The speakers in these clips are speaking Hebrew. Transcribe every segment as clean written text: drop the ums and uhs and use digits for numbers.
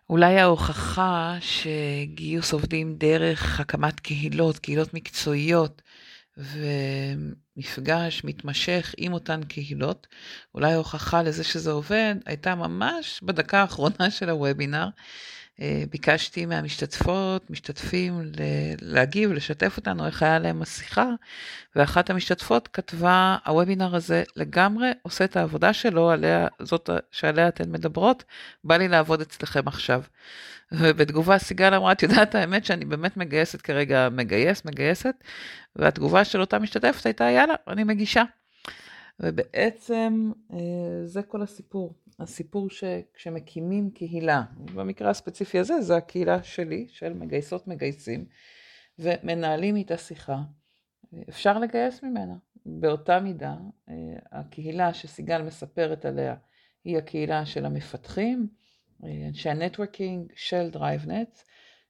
אולי ההוכחה שגיוס עובדים דרך הקמת קהילות מקצועיות ומפגש מתמשך עם אותן קהילות, אולי ההוכחה לזה שזה עובד הייתה ממש בדקה האחרונה של הוובינר. ביקשתי משתתפים להגיב, לשתף אותנו איך היה להם השיחה, ואחת המשתתפות כתבה, הוובינר הזה לגמרי עושה את העבודה שלו, זאת שעליה אתן מדברות, בא לי לעבוד אצלכם עכשיו. ובתגובה סיגל אמרה, את יודעת האמת שאני באמת מגייסת כרגע, מגייסת, והתגובה של אותה משתתפת הייתה, יאללה, אני מגישה. ובעצם זה כל הסיפור. הסיפור שכשמקימים קהילה, במקרה הספציפי הזה, זה הקהילה שלי, של מגייסות מגייסים, ומנהלים איתה שיחה, אפשר לגייס ממנה. באותה מידה, הקהילה שסיגל מספרת עליה, היא הקהילה של המפתחים, אנשי הנטוורקינג של DriveNet,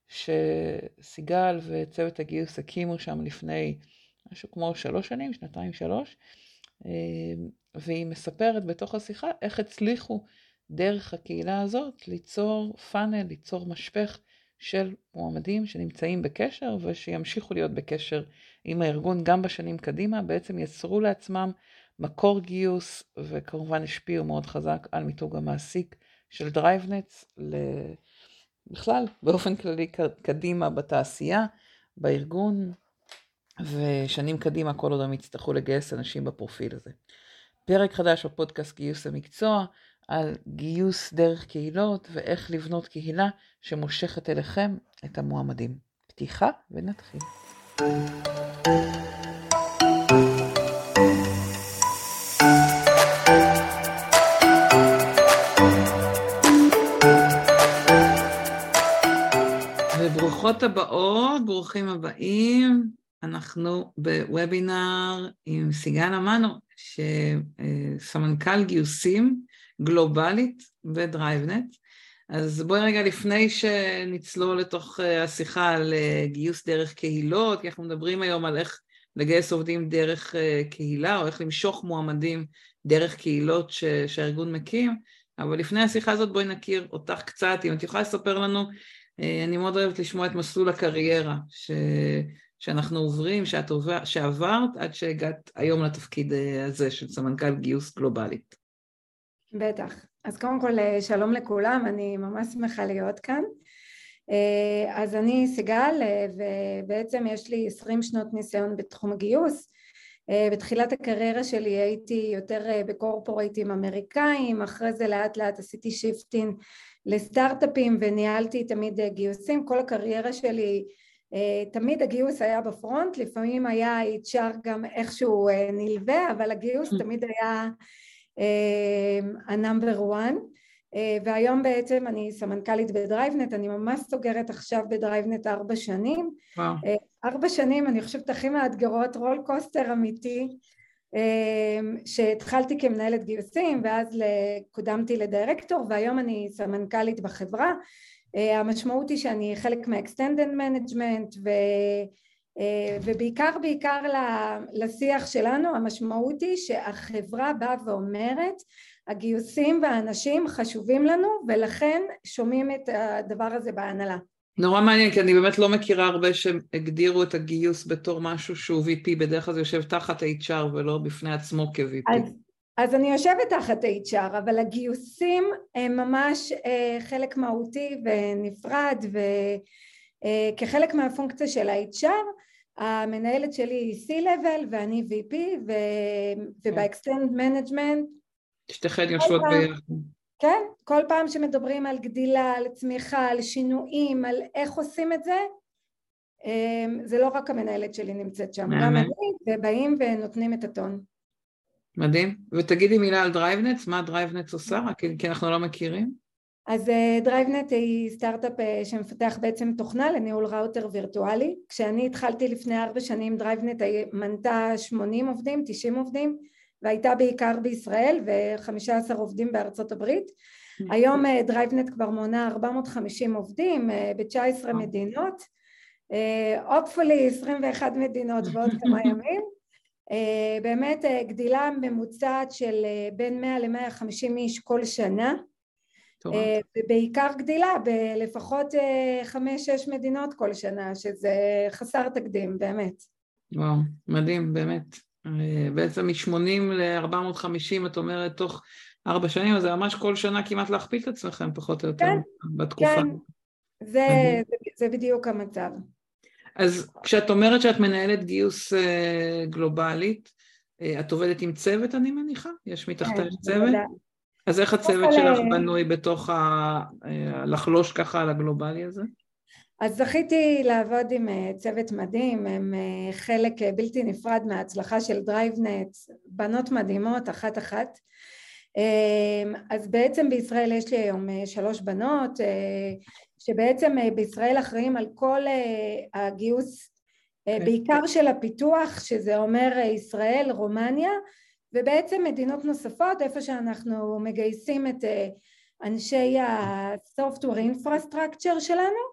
שסיגל וצוות הגיוס הקימו שם לפני משהו כמו 3 שנים, 2-3, והיא מספרת בתוך השיחה איך הצליחו דרך הקהילה הזאת ליצור פאנל, ליצור משפך של מועמדים שנמצאים בקשר ושימשיכו להיות בקשר עם הארגון גם בשנים קדימה, בעצם יצרו לעצמם מקור גיוס וכמובן השפיעו מאוד חזק על מיתוג המעסיק של DriveNet בכלל באופן כללי קדימה בתעשייה, בארגון, ושנים קדימה כל עוד הם יצטרכו לגייס אנשים בפרופיל הזה. פרק חדש בפודקאסט גיוס המקצוע על גיוס דרך קהילות ואיך לבנות קהילה שמושכת אליכם את המועמדים. פתיחה ונתחיל. וברוכות הבאות, ברוכים הבאים. אנחנו בוובינר עם סיגל אמנו, שסמנכ"ל גיוסים גלובלית ב-DriveNet. אז בואי רגע לפני שנצלול לתוך השיחה על גיוס דרך קהילות, כי אנחנו מדברים היום על איך לגייס עובדים דרך קהילה, או איך למשוך מועמדים דרך קהילות שהארגון מקים, אבל לפני השיחה הזאת בואי נכיר אותך קצת, אם את יכולה לספר לנו, אני מאוד אוהבת לשמוע את מסלול הקריירה שאנחנו עוברים, שעברת עד שהגעת היום לתפקיד הזה של סמנכ"ל גיוס גלובלית. בטח. אז קודם כל שלום לכולם, אני ממש שמחה להיות כאן. אז אני סיגל, ובעצם יש לי 20 שנות ניסיון בתחום הגיוס. בתחילת הקריירה שלי הייתי יותר בקורפורייטים אמריקאים, אחרי זה לאט לאט עשיתי שיפטין לסטארט-אפים וניהלתי תמיד גיוסים. כל הקריירה שלי תמיד הגיוס היה בפרונט, לפעמים היה HR גם איכשהו נלווה, אבל הגיוס תמיד היה הנאמבר 1, והיום בעצם אני סמנכ"לית ב-DriveNet, אני ממש סוגרת עכשיו ב-DriveNet 4 שנים. 4 שנים, אני חושבת הכי מאתגרות, רול קוסטר אמיתי, שהתחלתי כמנהלת גיוסים, ואז קודמתי לדירקטור, והיום אני סמנכ"לית בחברה. המשמעות היא שאני חלק מה-Extended Management, ובעיקר לשיח שלנו, המשמעות היא שהחברה באה ואומרת, הגיוסים והאנשים חשובים לנו, ולכן שומעים את הדבר הזה בהנהלה. נורא מעניין, כי אני באמת לא מכירה הרבה שהגדירו את הגיוס בתור משהו שהוא VP, בדרך כלל זה יושב תחת HR ולא בפני עצמו כ-VP. אז אני יושבת תחת HR, אבל הגיוסים הם ממש חלק מהותי ונפרד, וכחלק מהפונקציה של ה-HR, המנהלת שלי היא C-Level ואני VP, וב-Extended Management. שתיכן יושבות ביחד. כן, כל פעם שמדברים על גדילה, על צמיחה, על שינויים, על איך עושים את זה, זה לא רק המנהלת שלי נמצאת שם, גם אני, ובאים ונותנים את הטון. מדהים. ותגידי מילה על DriveNet, מה DriveNet עושה? כי אנחנו לא מכירים. אז DriveNet היא סטארט-אפ שמפתח בעצם תוכנה לניהול ראוטר וירטואלי. כשאני התחלתי לפני 4 שנים, DriveNet מנתה 80 עובדים, 90 עובדים, והייתה בעיקר בישראל ו15 עובדים בארצות הברית. היום DriveNet כבר מונה 450 עובדים ב-19 מדינות, hopefully 21 מדינות ועוד כמה ימים. באמת גדילה ממוצעת של בין 100 ל-150 איש כל שנה, ובעיקר גדילה בלפחות 5-6 מדינות כל שנה, שזה חסר תקדים, באמת. וואו, מדהים, באמת. בעצם מ-80 ל-450, את אומרת, תוך 4 שנים, אז זה ממש כל שנה כמעט להכפיל את עצמכם, פחות או יותר, כן, בתקופה. כן, זה בדיוק המצב. אז כשאת אומרת שאת מנהלת גיוס גלובלית, את עובדת עם צוות, אני מניחה? יש מתחתך צוות? אז איך הצוות שלך בנוי בתוך לחלוש ככה על הגלובלי הזה? אז זכיתי לעבוד עם צוות מדהים, הם חלק בלתי נפרד מההצלחה של DriveNet, בנות מדהימות, אחת. אז בעצם בישראל יש לי היום 3 בנות, שבעצם בישראל אחראים על כל הגיוס, בעיקר של הפיתוח, שזה אומר ישראל, רומניה, ובעצם מדינות נוספות, איפה שאנחנו מגייסים את אנשי ה-Software Infrastructure שלנו,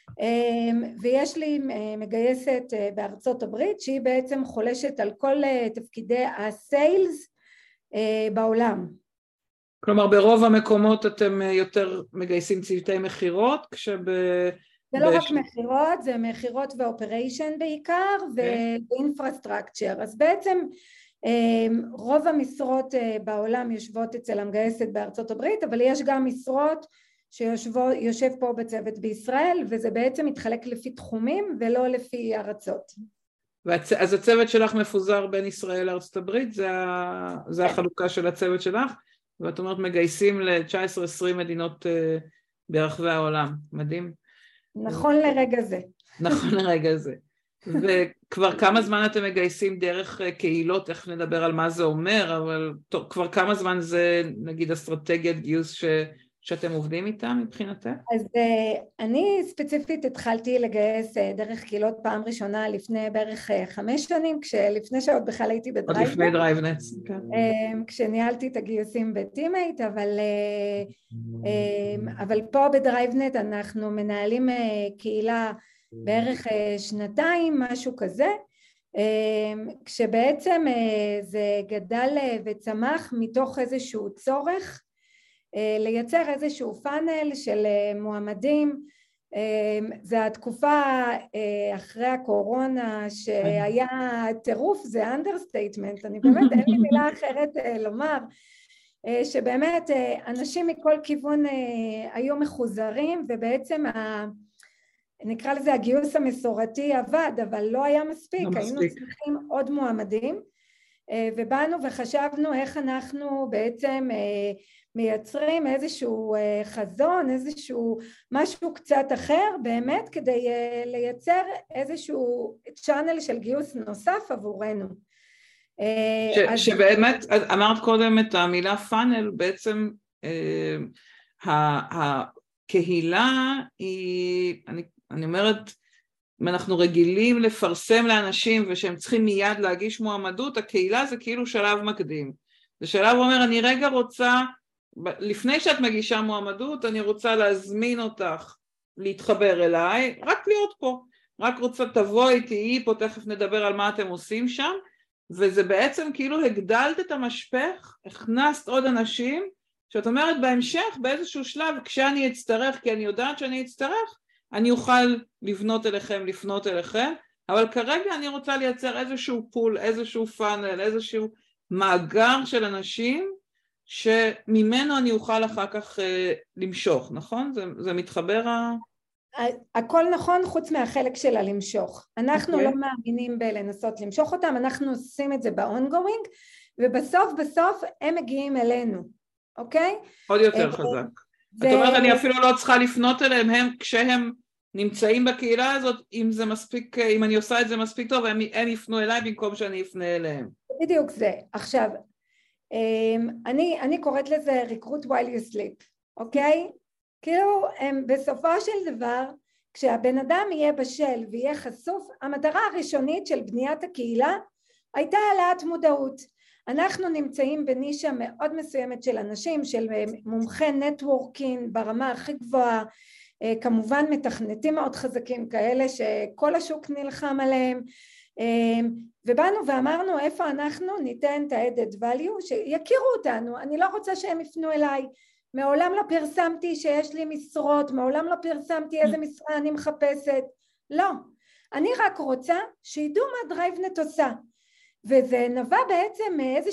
ויש לי מגייסת בארצות הברית, שהיא בעצם חולשת על כל תפקידי הסיילס בעולם. כלומר, ברוב המקומות אתם יותר מגייסים צוותי מחירות, זה לא רק מחירות, זה מחירות ואופריישן בעיקר, ואינפרסטרקצ'ר. אז בעצם רוב המשרות בעולם יושבות אצל המגייסת בארצות הברית, אבל יש גם משרות שיושב פה בצוות בישראל, וזה בעצם מתחלק לפי תחומים ולא לפי ארצות. אז הצוות שלך מפוזר בין ישראל לארצות הברית? זה החלוקה של הצוות שלך? ואת אומרת מגייסים ל-19-20 מדינות ברחבי העולם. מדהים. נכון לרגע זה. נכון לרגע זה. וכבר כמה זמן אתם מגייסים דרך קהילות, איך נדבר על מה זה אומר, אבל כבר כמה זמן זה נגיד אסטרטגיית גיוס שאתם עובדים איתם מבחינתך? אז אני ספציפית התחלתי לגייס דרך קהילות פעם ראשונה לפני בערך 5 שנים, לפני שעוד בכלל הייתי בדרייבנט. עוד לפני דרייבנט, כן. כשניהלתי את הגיוסים בטימייט, אבל פה בדרייבנט אנחנו מנהלים קהילה בערך 2 משהו כזה, כשבעצם זה גדל וצמח מתוך איזשהו צורך, לייצר איזשהו פאנל של מועמדים. זה התקופה אחרי הקורונה שהיה טירוף, זה אנדרסטייטמנט, אני באמת אין לי מילה אחרת לומר, שבאמת אנשים מכל כיוון היו מחוזרים, ובעצם נקרא לזה הגיוס המסורתי עבד, אבל לא היה מספיק, היינו צריכים עוד מועמדים, ובאנו וחשבנו איך אנחנו בעצם מייצרים איזשהו חזון, איזשהו משהו קצת אחר, באמת כדי לייצר איזשהו צ'אנל של גיוס נוסף עבורנו. שבאמת, אמרת קודם את המילה פאנל, בעצם הקהילה היא, אני אומרת, אם אנחנו רגילים לפרסם לאנשים ושהם צריכים מיד להגיש מועמדות, הקהילה זה כאילו שלב מקדים. זה שלב אומר, אני רגע רוצה, לפני שאת מגישה מועמדות, אני רוצה להזמין אותך להתחבר אליי, רק להיות פה, רק רוצה תבואי, תהיי פה, תכף נדבר על מה אתם עושים שם, וזה בעצם כאילו הגדלת את המשפך, הכנסת עוד אנשים, שאת אומרת בהמשך, באיזשהו שלב, כשאני אצטרך, כי אני יודעת שאני אצטרך, אני אוכל לבנות אליכם, לפנות אליכם, אבל כרגע אני רוצה לייצר איזשהו פול, איזשהו פאנל, איזשהו מאגר של אנשים, שממנו אני אוכל אחר כך למשוך, נכון? זה מתחבר הכל נכון חוץ מהחלק שלה למשוך. אנחנו לא מאמינים בלנסות למשוך אותם, אנחנו עושים את זה ב-ongoing, ובסוף הם מגיעים אלינו, אוקיי? עוד יותר חזק. את אומרת, אני אפילו לא צריכה לפנות אליהם, כשהם נמצאים בקהילה הזאת, אם אני עושה את זה מספיק טוב, הם יפנו אליי במקום שאני אפנה אליהם. בדיוק זה. עכשיו, אני קוראת לזה recruit while you sleep, אוקיי? כאילו, בסופו של דבר, כשהבן אדם יהיה בשל ויהיה חשוף, המטרה הראשונית של בניית הקהילה הייתה העלאת מודעות. אנחנו נמצאים בנישה מאוד מסוימת של אנשים, של מומחי נטוורקינג ברמה הכי גבוהה, כמובן מתכנתים מאוד חזקים כאלה שכל השוק נלחם עליהם, ובאנו ואמרנו איפה אנחנו ניתן את ה-added value, שיכירו אותנו, אני לא רוצה שהם יפנו אליי, מעולם לא פרסמתי שיש לי משרות, מעולם לא פרסמתי איזה משרה אני מחפשת, לא. אני רק רוצה שידעו מה DriveNet עושה. וזה נבע בעצם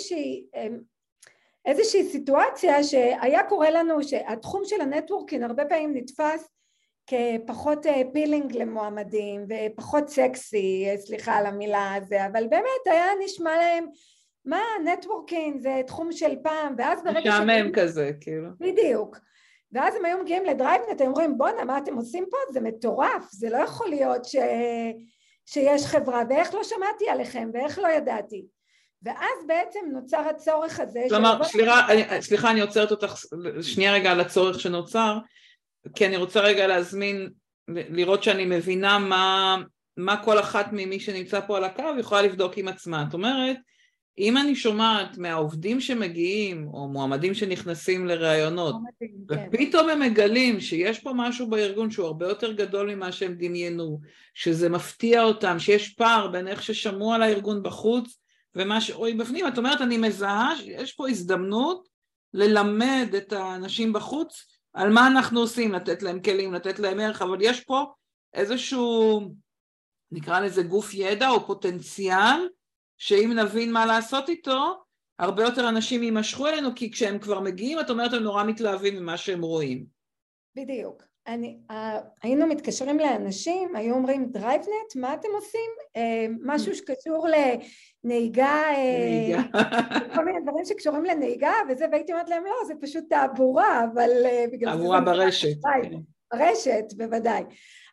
מאיזושהי סיטואציה שהיה קורה לנו שהתחום של הנטוורקינג הרבה פעמים נתפס כפחות פילינג למועמדים ופחות סקסי, סליחה על המילה הזה, אבל באמת היה נשמע להם מה נטוורקינג זה תחום של פעם, ואז ברגע משעמם כזה, כאילו. בדיוק. ואז הם היו מגיעים לדרייבנט, הם אומרים בואנה מה אתם עושים פה? זה מטורף, זה לא יכול להיות שיש חברה, ואיך לא שמעתי עליכם, ואיך לא ידעתי. ואז בעצם נוצר הצורך הזה. כלומר, סליחה, אני עוצרת אותך שנייה רגע על הצורך שנוצר, כי אני רוצה רגע להזמין, לראות שאני מבינה מה כל אחת ממי שנמצא פה על הקו יכולה לבדוק עם עצמה. זאת אומרת, אם אני שומעת מהעובדים שמגיעים, או מועמדים שנכנסים לראיונות, ופתאום הם מגלים שיש פה משהו בארגון שהוא הרבה יותר גדול ממה שהם דמיינו, שזה מפתיע אותם, שיש פער בין איך ששמעו על הארגון בחוץ, ומה שרואים בפנים, את אומרת, אני מזהה שיש פה הזדמנות ללמד את האנשים בחוץ, על מה אנחנו עושים, לתת להם כלים, לתת להם ערך, אבל יש פה איזשהו, נקרא לזה גוף ידע או פוטנציאל, שאם נבין מה לעשות איתו, הרבה יותר אנשים יימשכו אלינו, כי כשהם כבר מגיעים, את אומרת, הם נורא מתלהבים ממה שהם רואים. בדיוק. היינו מתקשרים לאנשים, היו אומרים, DriveNet, מה אתם עושים? משהו שקשור לנהיגה, כל מיני דברים שקשורים לנהיגה, וזה, והייתי אומרת להם, לא, זה פשוט תעבורה, אבל בגלל זה... תעבורה ברשת. ברשת, בוודאי.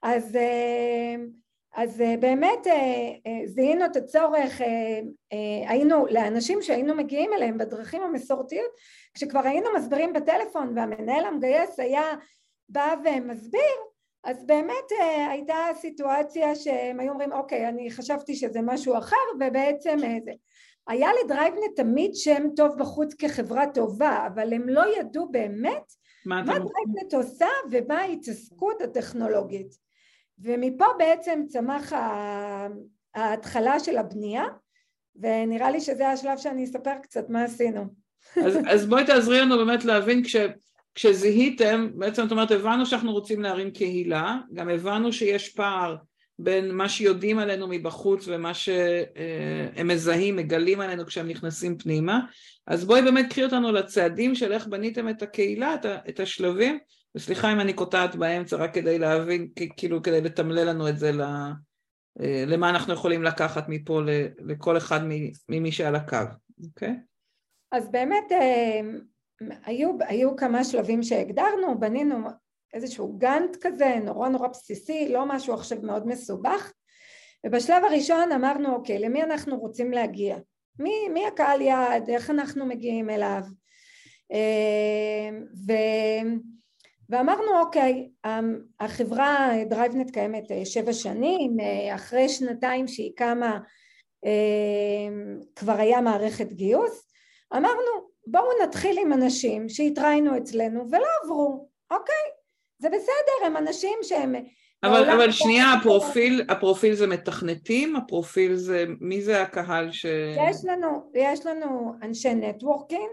אז באמת זיהינו את הצורך, היינו לאנשים שהיינו מגיעים אליהם בדרכים המסורתיות, כשכבר היינו מסבירים בטלפון והמנהל המגייס היה בא ומסביר, אז באמת הייתה סיטואציה שהם היו אומרים אוקיי, אני חשבתי שזה משהו אחר, ובעצם זה היה לדרייבנט תמיד שם טוב בחוץ כחברה טובה, אבל הם לא ידעו באמת מה דרייבנט עושה ומה ההתעסקות הטכנולוגית. ומפה בעצם צמח ההתחלה של הבנייה, ונראה לי שזה השלב שאני אספר קצת מה עשינו. אז בואי תעזרי לנו באמת להבין, כשזיהיתם, בעצם את אומרת, הבנו שאנחנו רוצים להרים קהילה, גם הבנו שיש פער בין מה שיודעים עלינו מבחוץ ומה שהם מזהים, מגלים עלינו כשהם נכנסים פנימה, אז בואי באמת קחי אותנו לצעדים של איך בניתם את הקהילה, את השלבים, וסליחה אם אני קוטעת באמצע רק כדי להבין, כאילו כדי לתמלל לנו את זה למה אנחנו יכולים לקחת מפה לכל אחד ממי שעל הקו, אוקיי? אז באמת היו כמה שלבים שהגדרנו, בנינו איזשהו גאנט כזה, נורא בסיסי, לא משהו עכשיו מאוד מסובך, ובשלב הראשון אמרנו אוקיי, למי אנחנו רוצים להגיע? מי הקהל יעד, איך אנחנו מגיעים אליו? ואמרנו אוקיי, החברה DriveNet קיימת 7 שנים, אחרי 2 שהיא קמה כבר היה מערכת גיוס, אמרנו בואו נתחיל עם אנשים שהתראינו אצלנו ולא עברו, אוקיי, זה בסדר, הם אנשים שהם... אבל שנייה, הפרופיל זה מתכנתים, הפרופיל זה, מי זה הקהל ש... יש לנו אנשי נטוורקינג,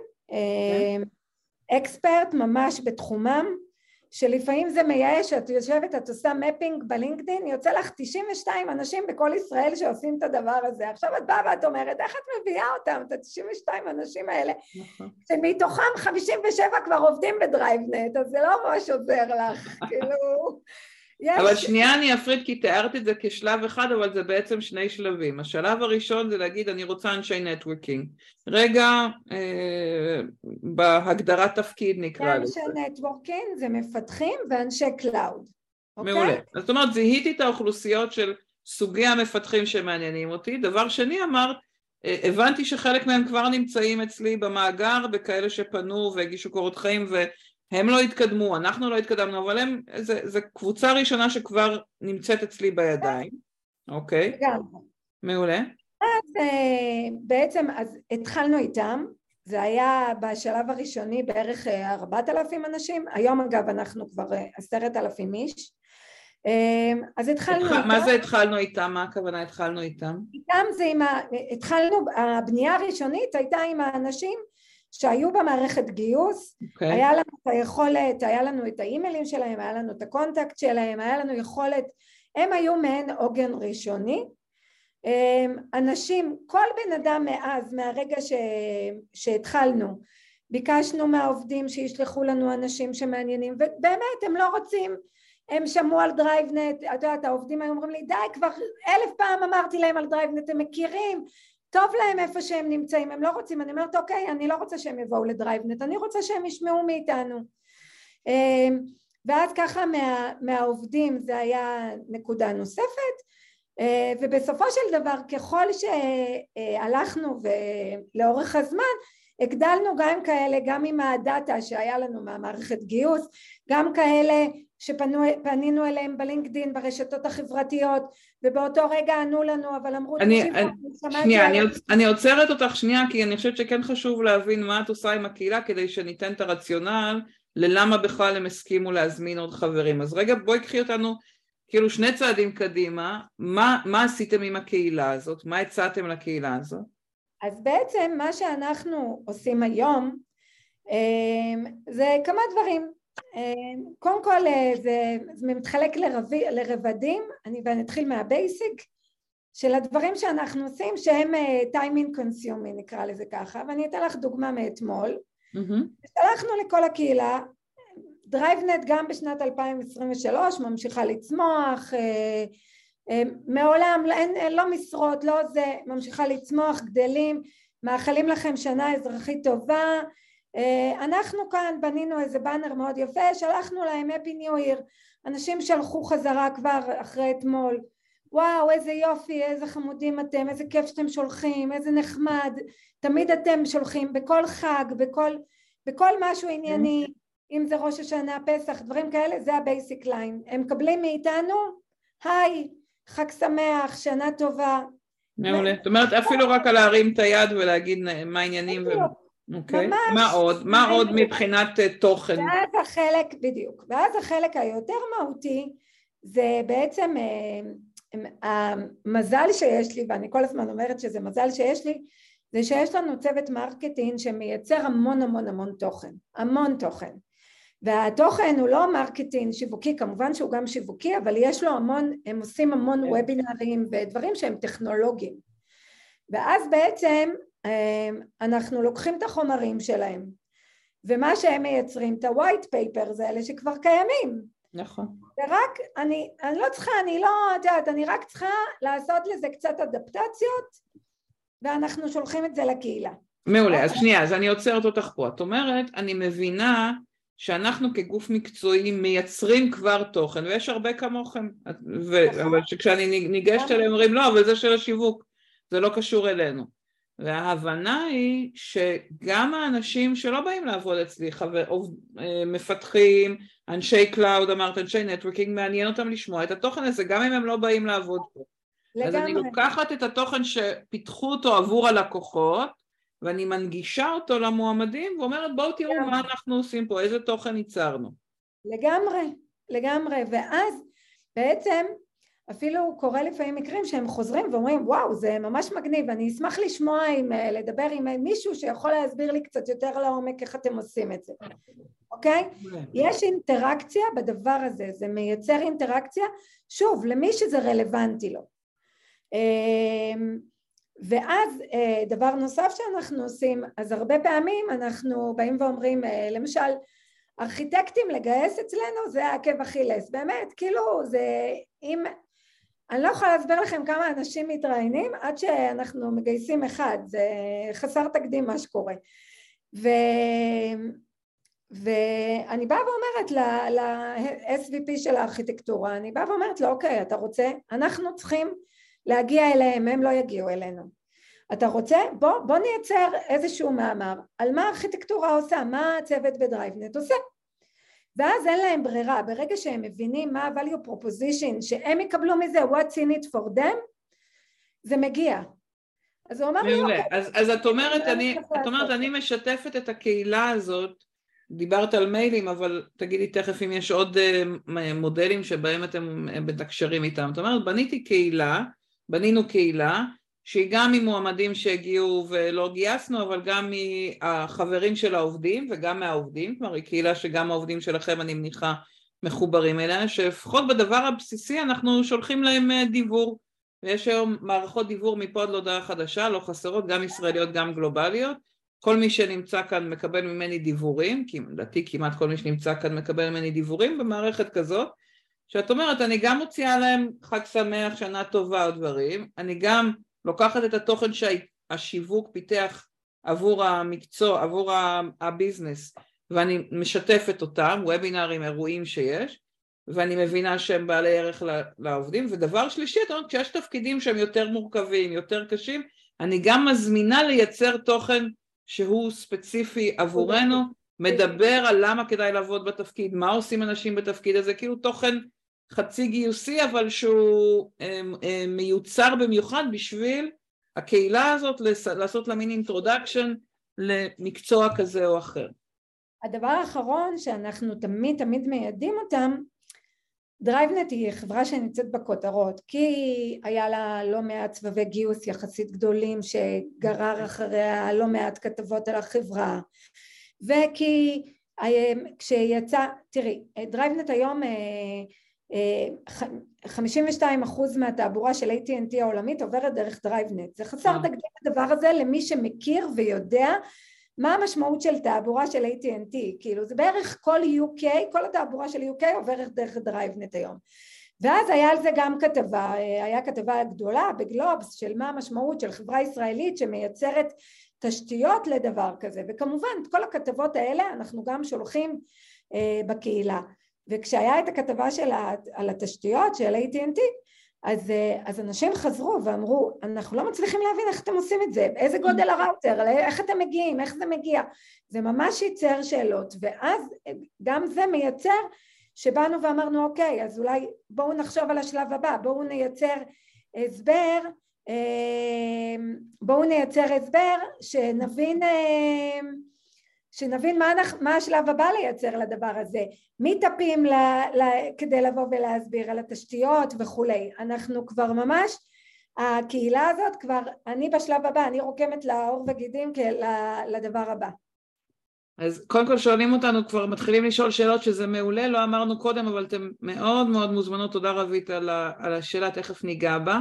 אקספרט ממש בתחומם, שלפעמים זה מייאש, את יושבת, את עושה מפינג בלינקדין, יוצא לך 92 אנשים בכל ישראל שעושים את הדבר הזה, עכשיו את באה ואת אומרת, איך את מביאה אותם, את ה-92 אנשים האלה, שמתוכם 57 כבר עובדים בדרייבנט, אז זה לא ממש עוזר לך, כאילו... אבל שנייה אני אפריד, כי תיארת את זה כשלב אחד, אבל זה בעצם 2 שלבים. השלב הראשון זה להגיד, אני רוצה אנשי נטוורקינג. רגע, בהגדרת תפקיד נקרא לזה. אנשי נטוורקינג זה מפתחים ואנשי קלאוד. מעולה. זאת אומרת, זיהיתי את האוכלוסיות של סוגי המפתחים שמעניינים אותי. דבר שני אמרת, הבנתי שחלק מהם כבר נמצאים אצלי במאגר, בכאלה שפנו והגישו קורות חיים הם לא התקדמו, אנחנו לא התקדמנו, אבל זה קבוצה ראשונה שכבר נמצאת אצלי בידיים, אוקיי? מעולה. אז בעצם התחלנו איתם, זה היה בשלב הראשוני בערך 4,000 אנשים, היום אגב אנחנו כבר 10,000 איש, אז התחלנו איתם. מה זה התחלנו איתם? מה הכוונה התחלנו איתם? איתם זה הבנייה הראשונית הייתה עם האנשים, שהיו במערכת גיוס, אוקיי. היה לנו את היכולת, היה לנו את האימיילים שלהם, היה לנו את הקונטקט שלהם, היה לנו יכולת, הם היו מעין עוגן ראשוני. אנשים, כל בן אדם מאז, מהרגע שהתחלנו, ביקשנו מהעובדים שישלחו לנו אנשים שמעניינים, ובאמת הם לא רוצים, הם שמעו על דרייבנט, את יודעת, העובדים היו אומרים לי, די, כבר 1000 פעם אמרתי להם על דרייבנט, הם מכירים, טוב להם איפה שהם נמצאים, הם לא רוצים, אני אומרת, אוקיי, אני לא רוצה שהם יבואו לדרייבנט, אני רוצה שהם ישמעו מאיתנו. ואז ככה מהעובדים זה היה נקודה נוספת, ובסופו של דבר ככל שהלכנו ולאורך הזמן הגדלנו גם כאלה, גם עם הדאטה שהיה לנו מהמערכת גיוס, גם כאלה שפנינו אליהם בלינקדין, ברשתות החברתיות, ובאותו רגע ענו לנו, אבל אמרו, אני עוצרת אותך שנייה, כי אני חושבת שכן חשוב להבין מה את עושה עם הקהילה, כדי שניתן את הרציונל ללמה בכלל הם הסכימו להזמין עוד חברים. אז רגע, בואי קחי אותנו כאילו 2 צעדים קדימה, מה עשיתם עם הקהילה הזאת? מה הצעתם לקהילה הזאת? אז בעצם מה שאנחנו עושים היום זה כמה דברים. קודם כל זה מתחלק לרבדים, ואני אתחיל מהבייסיק של הדברים שאנחנו עושים שהם time in consuming נקרא לזה ככה, ואני אתן לך דוגמה מאתמול. שלחנו לכל הקהילה, דרייבנט גם בשנת 2023 ממשיכה לצמוח, מעולם לא משרות, לא זה, ממשיכה לצמוח, גדלים, מאחלים לכם שנה אזרחית טובה. אנחנו כאן בנינו איזה בנר מאוד יפה, שלחנו להם Happy New Year, אנשים שלחו חזרה כבר אחרי אתמול, וואו איזה יופי, איזה חמודים אתם, איזה כיף שאתם שולחים, איזה נחמד, תמיד אתם שולחים בכל חג, בכל משהו ענייני, אם זה ראש השנה, פסח, דברים כאלה, זה הבייסיק ליין, הם מקבלים מאיתנו, היי, חג שמח, שנה טובה. מעולה, זאת אומרת אפילו רק על להרים את היד ולהגיד מה העניינים, אוקיי, מה עוד מבחינת תוכן? ואז החלק, בדיוק, ואז החלק היותר מהותי, זה בעצם המזל שיש לי, ואני כל הזמן אומרת שזה מזל שיש לי, זה שיש לנו צוות מרקטינג שמייצר המון תוכן, המון תוכן. והתוכן הוא לא מרקטינג שיווקי, כמובן שהוא גם שיווקי, אבל יש לו המון, הם עושים המון וובינרים ודברים שהם טכנולוגיים. ואז בעצם אנחנו לוקחים את החומרים שלהם, ומה שהם מייצרים, את ה-white papers האלה שכבר קיימים. נכון. ורק, אני לא צריכה, אני לא יודעת, אני רק צריכה לעשות לזה קצת אדפטציות, ואנחנו שולחים את זה לקהילה. מעולה, אז שנייה, אז אני עוצרת אותך פה. את אומרת, אני מבינה שאנחנו כגוף מקצועי מייצרים כבר תוכן, ויש הרבה כמוכם, אבל כשאני ניגשת אליהם אומרים, לא, אבל זה של השיווק, זה לא קשור אלינו. וההבנה היא שגם האנשים שלא באים לעבוד אצלי, מפתחים, אנשי קלאוד, אמרת, אנשי נטוורקינג, מעניין אותם לשמוע את התוכן הזה, גם אם הם לא באים לעבוד פה. אז אני לוקחת את התוכן שפיתחו אותו עבור הלקוחות, ואני מנגישה אותו למועמדים, ואומרת בואו תראו מה אנחנו עושים פה, איזה תוכן ייצרנו. לגמרי, ואז בעצם אפילו קורה לפעמים מקרים שהם חוזרים ואומרים וואו זה ממש מגניב, אני אשמח לשמוע לדבר עם מישהו שיכול להסביר לי קצת יותר לעומק איך אתם עושים את זה, אוקיי? יש אינטראקציה בדבר הזה, זה מייצר אינטראקציה, שוב, למי שזה רלוונטי לו. ואז דבר נוסף שאנחנו עושים, אז הרבה פעמים אנחנו באים ואומרים, למשל, ארכיטקטים לגייס אצלנו זה העקב אכילס, באמת, כאילו זה, אם, אני לא יכולה להסבר לכם כמה אנשים מתראיינים, עד שאנחנו מגייסים אחד, זה חסר תקדים מה שקורה. ואני באה ואומרת ל-SVP של הארכיטקטורה, אני באה ואומרת לו, אוקיי, אתה רוצה? אנחנו צריכים להגיע אליהם, הם לא יגיעו אלינו. אתה רוצה? בוא נייצר איזשהו מאמר, על מה הארכיטקטורה עושה, מה הצוות בדרייבנט עושה. ואז אין להם ברירה, ברגע שהם מבינים מה ה-value proposition, שהם יקבלו מזה what's in it for them, זה מגיע. אז הוא אומר לי, אוקיי. אז את אומרת, אני משתפת את הקהילה הזאת, דיברת על מיילים, אבל תגידי תכף אם יש עוד מודלים שבהם אתם בתקשרים איתם. זאת אומרת, בנינו קהילה שהיא גם ממועמדים שהגיעו ולא גייסנו, אבל גם מהחברים של העובדים וגם מהעובדים, כלומר היא קהילה שגם העובדים שלכם אני מניחה מחוברים אליה, שלפחות בדבר הבסיסי אנחנו שולחים להם דיבור, ויש היום מערכות דיבור מפה עד להודעה חדשה, לא חסרות, גם ישראליות גם גלובליות, כל מי שנמצא כאן מקבל ממני דיבורים, כי לדעתי כמעט כל מי שנמצא כאן מקבל ממני דיבורים במערכת כזאת, שאת אומרת אני גם מוציאה להם חג שמח, שנה טובה או דברים, אני גם לוקחת את התוכן שהשיווק פיתח עבור המקצוע, עבור הביזנס, ואני משתפת אותם, וובינרים, אירועים שיש, ואני מבינה שהם בעלי ערך לעובדים, ודבר שלישי, את אומרת, כשיש תפקידים שהם יותר מורכבים, יותר קשים, אני גם מזמינה לייצר תוכן שהוא ספציפי עבורנו, מדבר על למה כדאי לעבוד בתפקיד, מה עושים אנשים בתפקיד הזה, כאילו תוכן חצי גיוסי, אבל שהוא מיוצר במיוחד בשביל הקהילה הזאת, לעשות לה מין אינטרודקשן למקצוע כזה או אחר. הדבר האחרון שאנחנו תמיד מיידים אותם, דרייבנט היא חברה שנמצאת בכותרות, כי היה לה לא מעט סבבי גיוס יחסית גדולים שגרר אחריה לא מעט כתבות על החברה, וכי כשיצא, תראי, דרייבנט היום 52% מהתעבורה של AT&T העולמית עוברת דרך דרייבנט, זה חסר תקדים הדבר הזה למי שמכיר ויודע מה המשמעות של תעבורה של AT&T, כאילו זה בערך כל UK, כל התעבורה של UK עוברת דרך דרייבנט היום. ואז היה על זה גם כתבה, היה כתבה גדולה בגלובס של מה המשמעות של חברה ישראלית שמייצרת תשתיות לדבר כזה, וכמובן את כל הכתבות האלה אנחנו גם שולחים בקהילה. וכשהיה את הכתבה על התשתיות של AT&T, אז אנשים חזרו ואמרו, אנחנו לא מצליחים להבין איך אתם עושים את זה, איזה גודל הראוטר, איך אתם מגיעים, איך זה מגיע, זה ממש ייצר שאלות, ואז גם זה מייצר שבאנו ואמרנו, אוקיי, אז אולי בואו נחשוב על השלב הבא, בואו נייצר הסבר שנבין מה השלב הבא לייצר לדבר הזה, מיטאפים כדי לבוא ולהסביר על התשתיות וכולי. אנחנו כבר ממש, הקהילה הזאת כבר, אני בשלב הבא, אני רוקמת לעור וגידים לדבר הבא. אז קודם כל שואלים אותנו, כבר מתחילים לשאול שאלות שזה מעולה, לא אמרנו קודם, אבל אתם מאוד מאוד מוזמנות, תודה רבית על השאלה, תכף ניגע בה.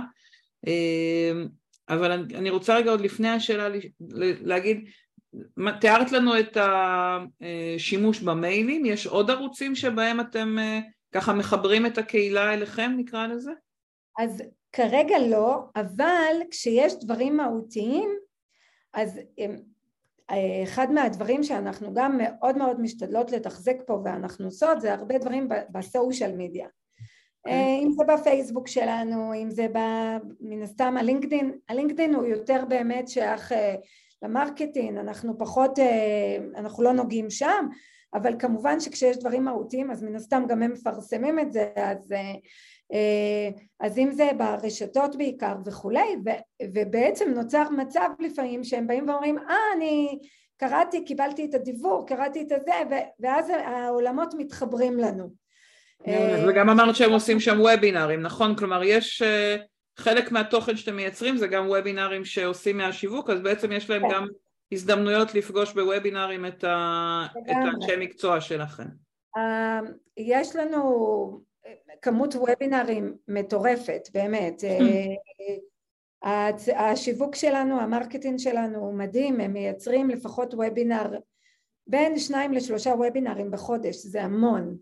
אבל אני רוצה רגע עוד לפני השאלה להגיד, תיארת לנו את השימוש במיילים, יש עוד ערוצים שבהם אתם ככה מחברים את הקהילה אליכם, נקרא לזה? אז כרגע לא, אבל כשיש דברים מהותיים, אז אחד מהדברים שאנחנו גם מאוד מאוד משתדלות לתחזק פה ואנחנו עושות, זה הרבה דברים בסושיאל מדיה. אם זה בפייסבוק שלנו, אם זה מן הסתם הלינקדין הוא יותר באמת שייך למרקטינג, אנחנו לא נוגעים שם, אבל כמובן שכשיש דברים מהותיים אז מן הסתם גם הם מפרסמים את זה, אז אם זה ברשתות בעיקר וכולי, ובעצם נוצר מצב לפעמים שהם באים ואומרים, אני קראתי, קיבלתי את הדיוור, קראתי את זה, ואז העולמות מתחברים לנו. וגם אמרת שהם עושים שם וובינרים, נכון? כלומר יש חלק מהתוכן שאתם מייצרים זה גם וובינרים שעושים מהשיווק, אז בעצם יש להם גם הזדמנויות לפגוש בוובינרים את האנשי מקצוע שלכם. יש לנו כמות וובינרים מטורפת, באמת. השיווק שלנו, המרקטינג שלנו הוא מדהים, הם מייצרים לפחות וובינר, בין 2 ל3 וובינרים בחודש, זה המון.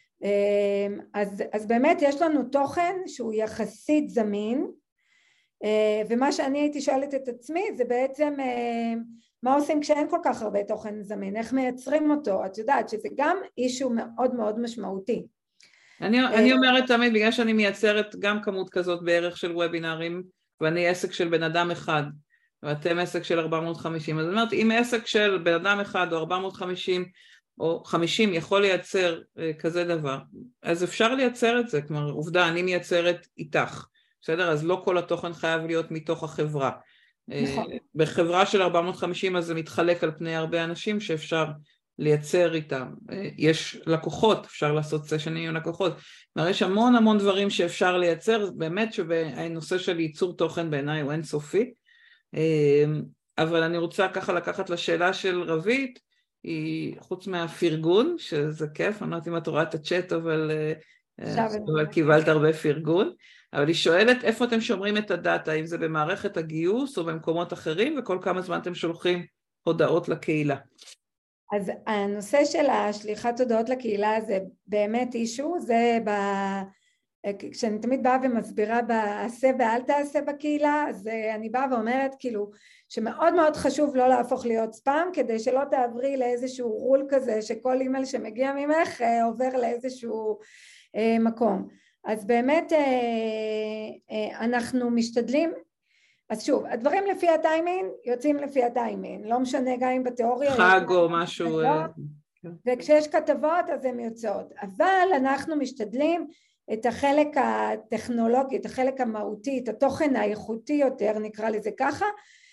אז באמת יש לנו תוכן שהוא יחסית זמין, ומה שאני הייתי שואלת את עצמי זה בעצם מה עושים כשאין כל כך הרבה תוכן זמין, איך מייצרים אותו, את יודעת שזה גם אישו מאוד מאוד משמעותי. אני אומרת תמיד, בגלל שאני מייצרת גם כמות כזאת בערך של וובינרים, ואני עסק של בן אדם אחד, ואתם עסק של 450, אז אני אומרת, אם עסק של בן אדם אחד או 450 או 50 יכול לייצר כזה דבר, אז אפשר לייצר את זה, כלומר עובדה, אני מייצרת איתך, בסדר? אז לא כל התוכן חייב להיות מתוך החברה. נכון. בחברה של 450 אז זה מתחלק על פני הרבה אנשים שאפשר לייצר איתם. יש לקוחות, אפשר לעשות סשנים עם לקוחות, יש המון המון דברים שאפשר לייצר, באמת שהנושא של ייצור תוכן בעיניי הוא אינסופי, אבל אני רוצה ככה לקחת לשאלה של רבית, היא חוץ מהפרגון, שזה כיף, אני לא יודעת אם את רואה את הצ'אט, אבל קיבלת הרבה פרגון, אבל היא שואלת איפה אתם שומרים את הדאטה, אם זה במערכת הגיוס או במקומות אחרים, וכל כמה זמן אתם שולחים הודעות לקהילה. אז הנושא של השליחת הודעות לקהילה זה באמת אישו, זה כשאני תמיד באה ומסבירה בעשה ואל תעשה בקהילה, אז אני באה ואומרת כאילו שמאוד מאוד חשוב לא להפוך להיות ספאם, כדי שלא תעברי לאיזשהו רול כזה שכל אימייל שמגיע ממך עובר לאיזשהו מקום. אז באמת אנחנו משתדלים, אז שוב, הדברים לפי הטיימין יוצאים לפי הטיימין, לא משנה גם אם בתיאוריה חג או משהו, וכשיש כתבות אז הן יוצאות, אבל אנחנו משתדלים את החלק הטכנולוגי, את החלק המהותי, את התוכן האיכותי יותר, נקרא לזה ככה,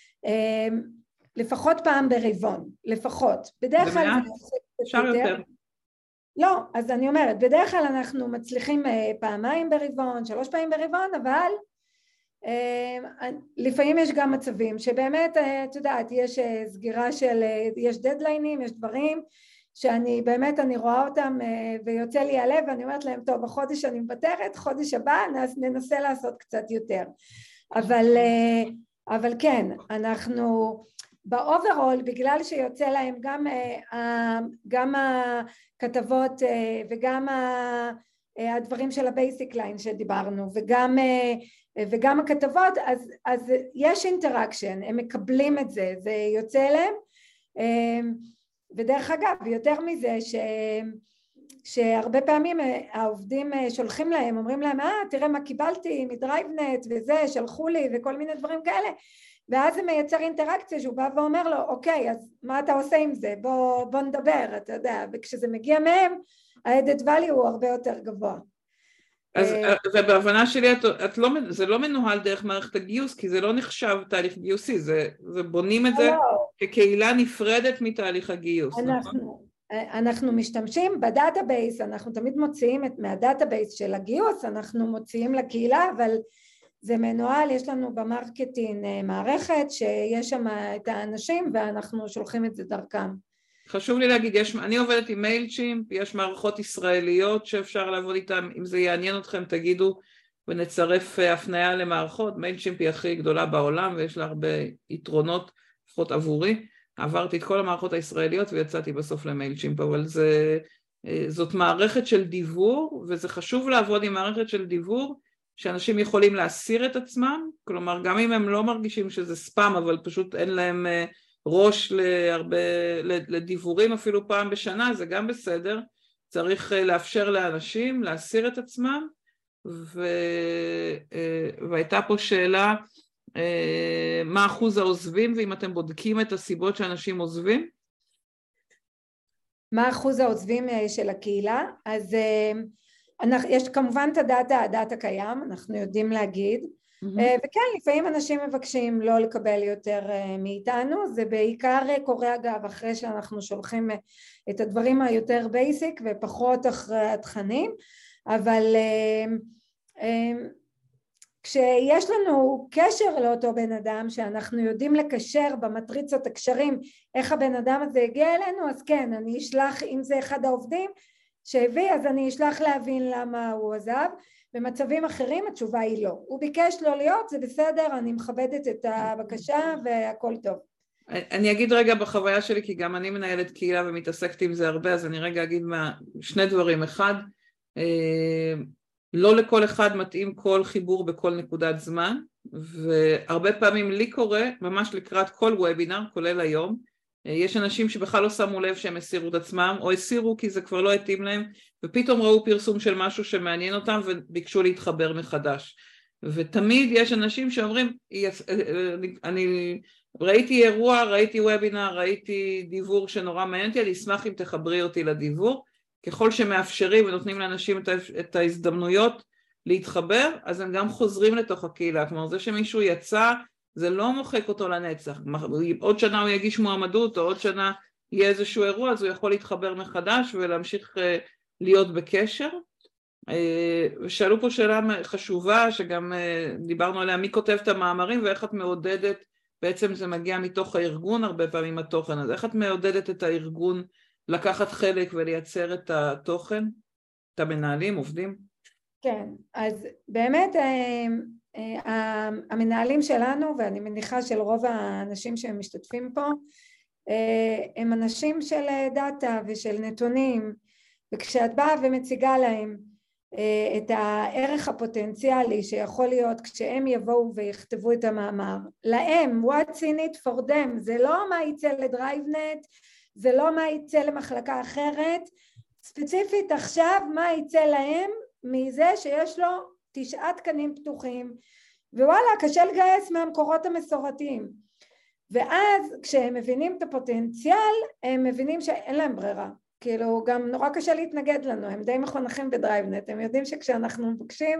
לפחות פעם ברבעון, לפחות. בדרך כלל אפשר יותר. לא, אז אני אומרת, בדרך כלל אנחנו מצליחים פעמיים ברבעון, 3 פעמים ברבעון, אבל לפעמים יש גם מצבים שבאמת, את יודעת, יש סגירה של, יש דדליינים, יש דברים שאני באמת, אני רואה אותם ויוצא לי הלב, ואני אומרת להם, טוב, בחודש אני מוותרת, חודש הבא ננסה לעשות קצת יותר. אבל כן, אנחנו באוברול, בגלל שיוצא להם גם הכתבות וגם הדברים של הבייסיק ליין שדיברנו, וגם הכתבות, אז יש אינטראקשן, הם מקבלים את זה, זה יוצא להם, ודרך אגב, יותר מזה שהרבה פעמים העובדים שולחים להם, אומרים להם, תראה מה קיבלתי מדרייבנט וזה, שלחו לי וכל מיני דברים כאלה, ואז זה מייצר אינטראקציה שהוא בא ואומר לו, אוקיי, אז מה אתה עושה עם זה? בוא נדבר, אתה יודע, וכשזה מגיע מהם, ה-added value הוא הרבה יותר גבוה. אז ובהבנה שלי, זה לא מנוהל דרך מערכת הגיוס, כי זה לא נחשב תהליך גיוסי, זה בונים את זה כקהילה נפרדת מתהליך הגיוס. אנחנו משתמשים בדאטאבייס, אנחנו תמיד מוציאים מהדאטאבייס של הגיוס, אנחנו מוציאים לקהילה, אבל זה מנוהל, יש לנו במרקטינג מערכת שיש שם את האנשים ואנחנו שולחים את זה דרכם. חשוב לי להגיד, אני עובדת עם מיילצ'ימפ, יש מערכות ישראליות שאפשר לעבוד איתן, אם זה יעניין אתכם תגידו ונצרף הפניה למערכות, מיילצ'ימפ היא הכי גדולה בעולם ויש לה הרבה יתרונות, לפחות עבורי, עברתי את כל המערכות הישראליות ויצאתי בסוף למיילצ'ימפ, אבל זאת מערכת של דיבור וזה חשוב לעבוד עם מערכת של דיבור, שאנשים יכולים להסיר את עצמם, כלומר גם אם הם לא מרגישים שזה ספאם, אבל פשוט אין להם ראש לדיבורים אפילו פעם בשנה, זה גם בסדר, צריך לאפשר לאנשים להסיר את עצמם, והייתה פה שאלה, מה אחוז העוזבים, ואם אתם בודקים את הסיבות שאנשים עוזבים? מה אחוז העוזבים של הקהילה? אז יש כמובן את הדאטה קיים, אנחנו יודעים להגיד, וכן, לפעמים אנשים מבקשים לא לקבל יותר מאיתנו, זה בעיקר קורה אגב אחרי שאנחנו שולחים את הדברים היותר בייסיק ופחות אחרי התכנים, אבל כשיש לנו קשר לאותו בן אדם שאנחנו יודעים לקשר במטריצות הקשרים איך הבן אדם הזה הגיע אלינו, אז כן, אני אשלח, אם זה אחד העובדים שהביא, אז אני אשלח להבין למה הוא עזב. במצבים אחרים התשובה היא לא. הוא ביקש לא להיות, זה בסדר, אני מכבדת את הבקשה והכל טוב. אני אגיד רגע בחוויה שלי, כי גם אני מנהלת קהילה ומתעסקת עם זה הרבה, אז אני רגע אגיד שני דברים. אחד, לא לכל אחד מתאים כל חיבור בכל נקודת זמן, והרבה פעמים לי קורה, ממש לקראת כל וובינר, כולל היום, יש אנשים שבכלל לא שמו לב שהם הסירו את עצמם, או הסירו כי זה כבר לא התאים להם, ופתאום ראו פרסום של משהו שמעניין אותם וביקשו להתחבר מחדש. ותמיד יש אנשים שאומרים, אני ראיתי אירוע, ראיתי וובינר, ראיתי דיבור שנורא מעניין אותי, אני אשמח אם תחברי אותי לדיבור, ככל שמאפשרים ונותנים לאנשים את ההזדמנויות להתחבר, אז הם גם חוזרים לתוך הקהילה, כלומר זה שמישהו יצא, זה לא מוחק אותו לנצח, עוד שנה הוא יגיש מועמדות, או עוד שנה יהיה איזשהו אירוע, אז הוא יכול להתחבר מחדש ולהמשיך להיות בקשר. ושאלו פה שאלה חשובה, שגם דיברנו עליה, מי כותב את המאמרים ואיך את מעודדת, בעצם זה מגיע מתוך הארגון הרבה פעמים התוכן, אז איך את מעודדת את הארגון לקחת חלק ולייצר את התוכן, את המנהלים, עובדים? כן, אז באמת המנהלים שלנו, ואני מניחה של רוב האנשים שהם משתתפים פה, הם אנשים של דאטה ושל נתונים, וכשאת באה ומציגה להם את הערך הפוטנציאלי שיכול להיות כשהם יבואו ויכתבו את המאמר, להם, what's in it for them, זה לא מה יצא לדרייבנט, זה לא מה יצא למחלקה אחרת, ספציפית עכשיו מה יצא להם מזה שיש לו 9 תקנים פתוחים, ווואלה קשה לגייס מהמקורות המסורתיים, ואז כשהם מבינים את הפוטנציאל הם מבינים שאין להם ברירה, כאילו גם נורא קשה להתנגד לנו, הם די מחונכים בדרייבנט, הם יודעים שכשאנחנו מבקשים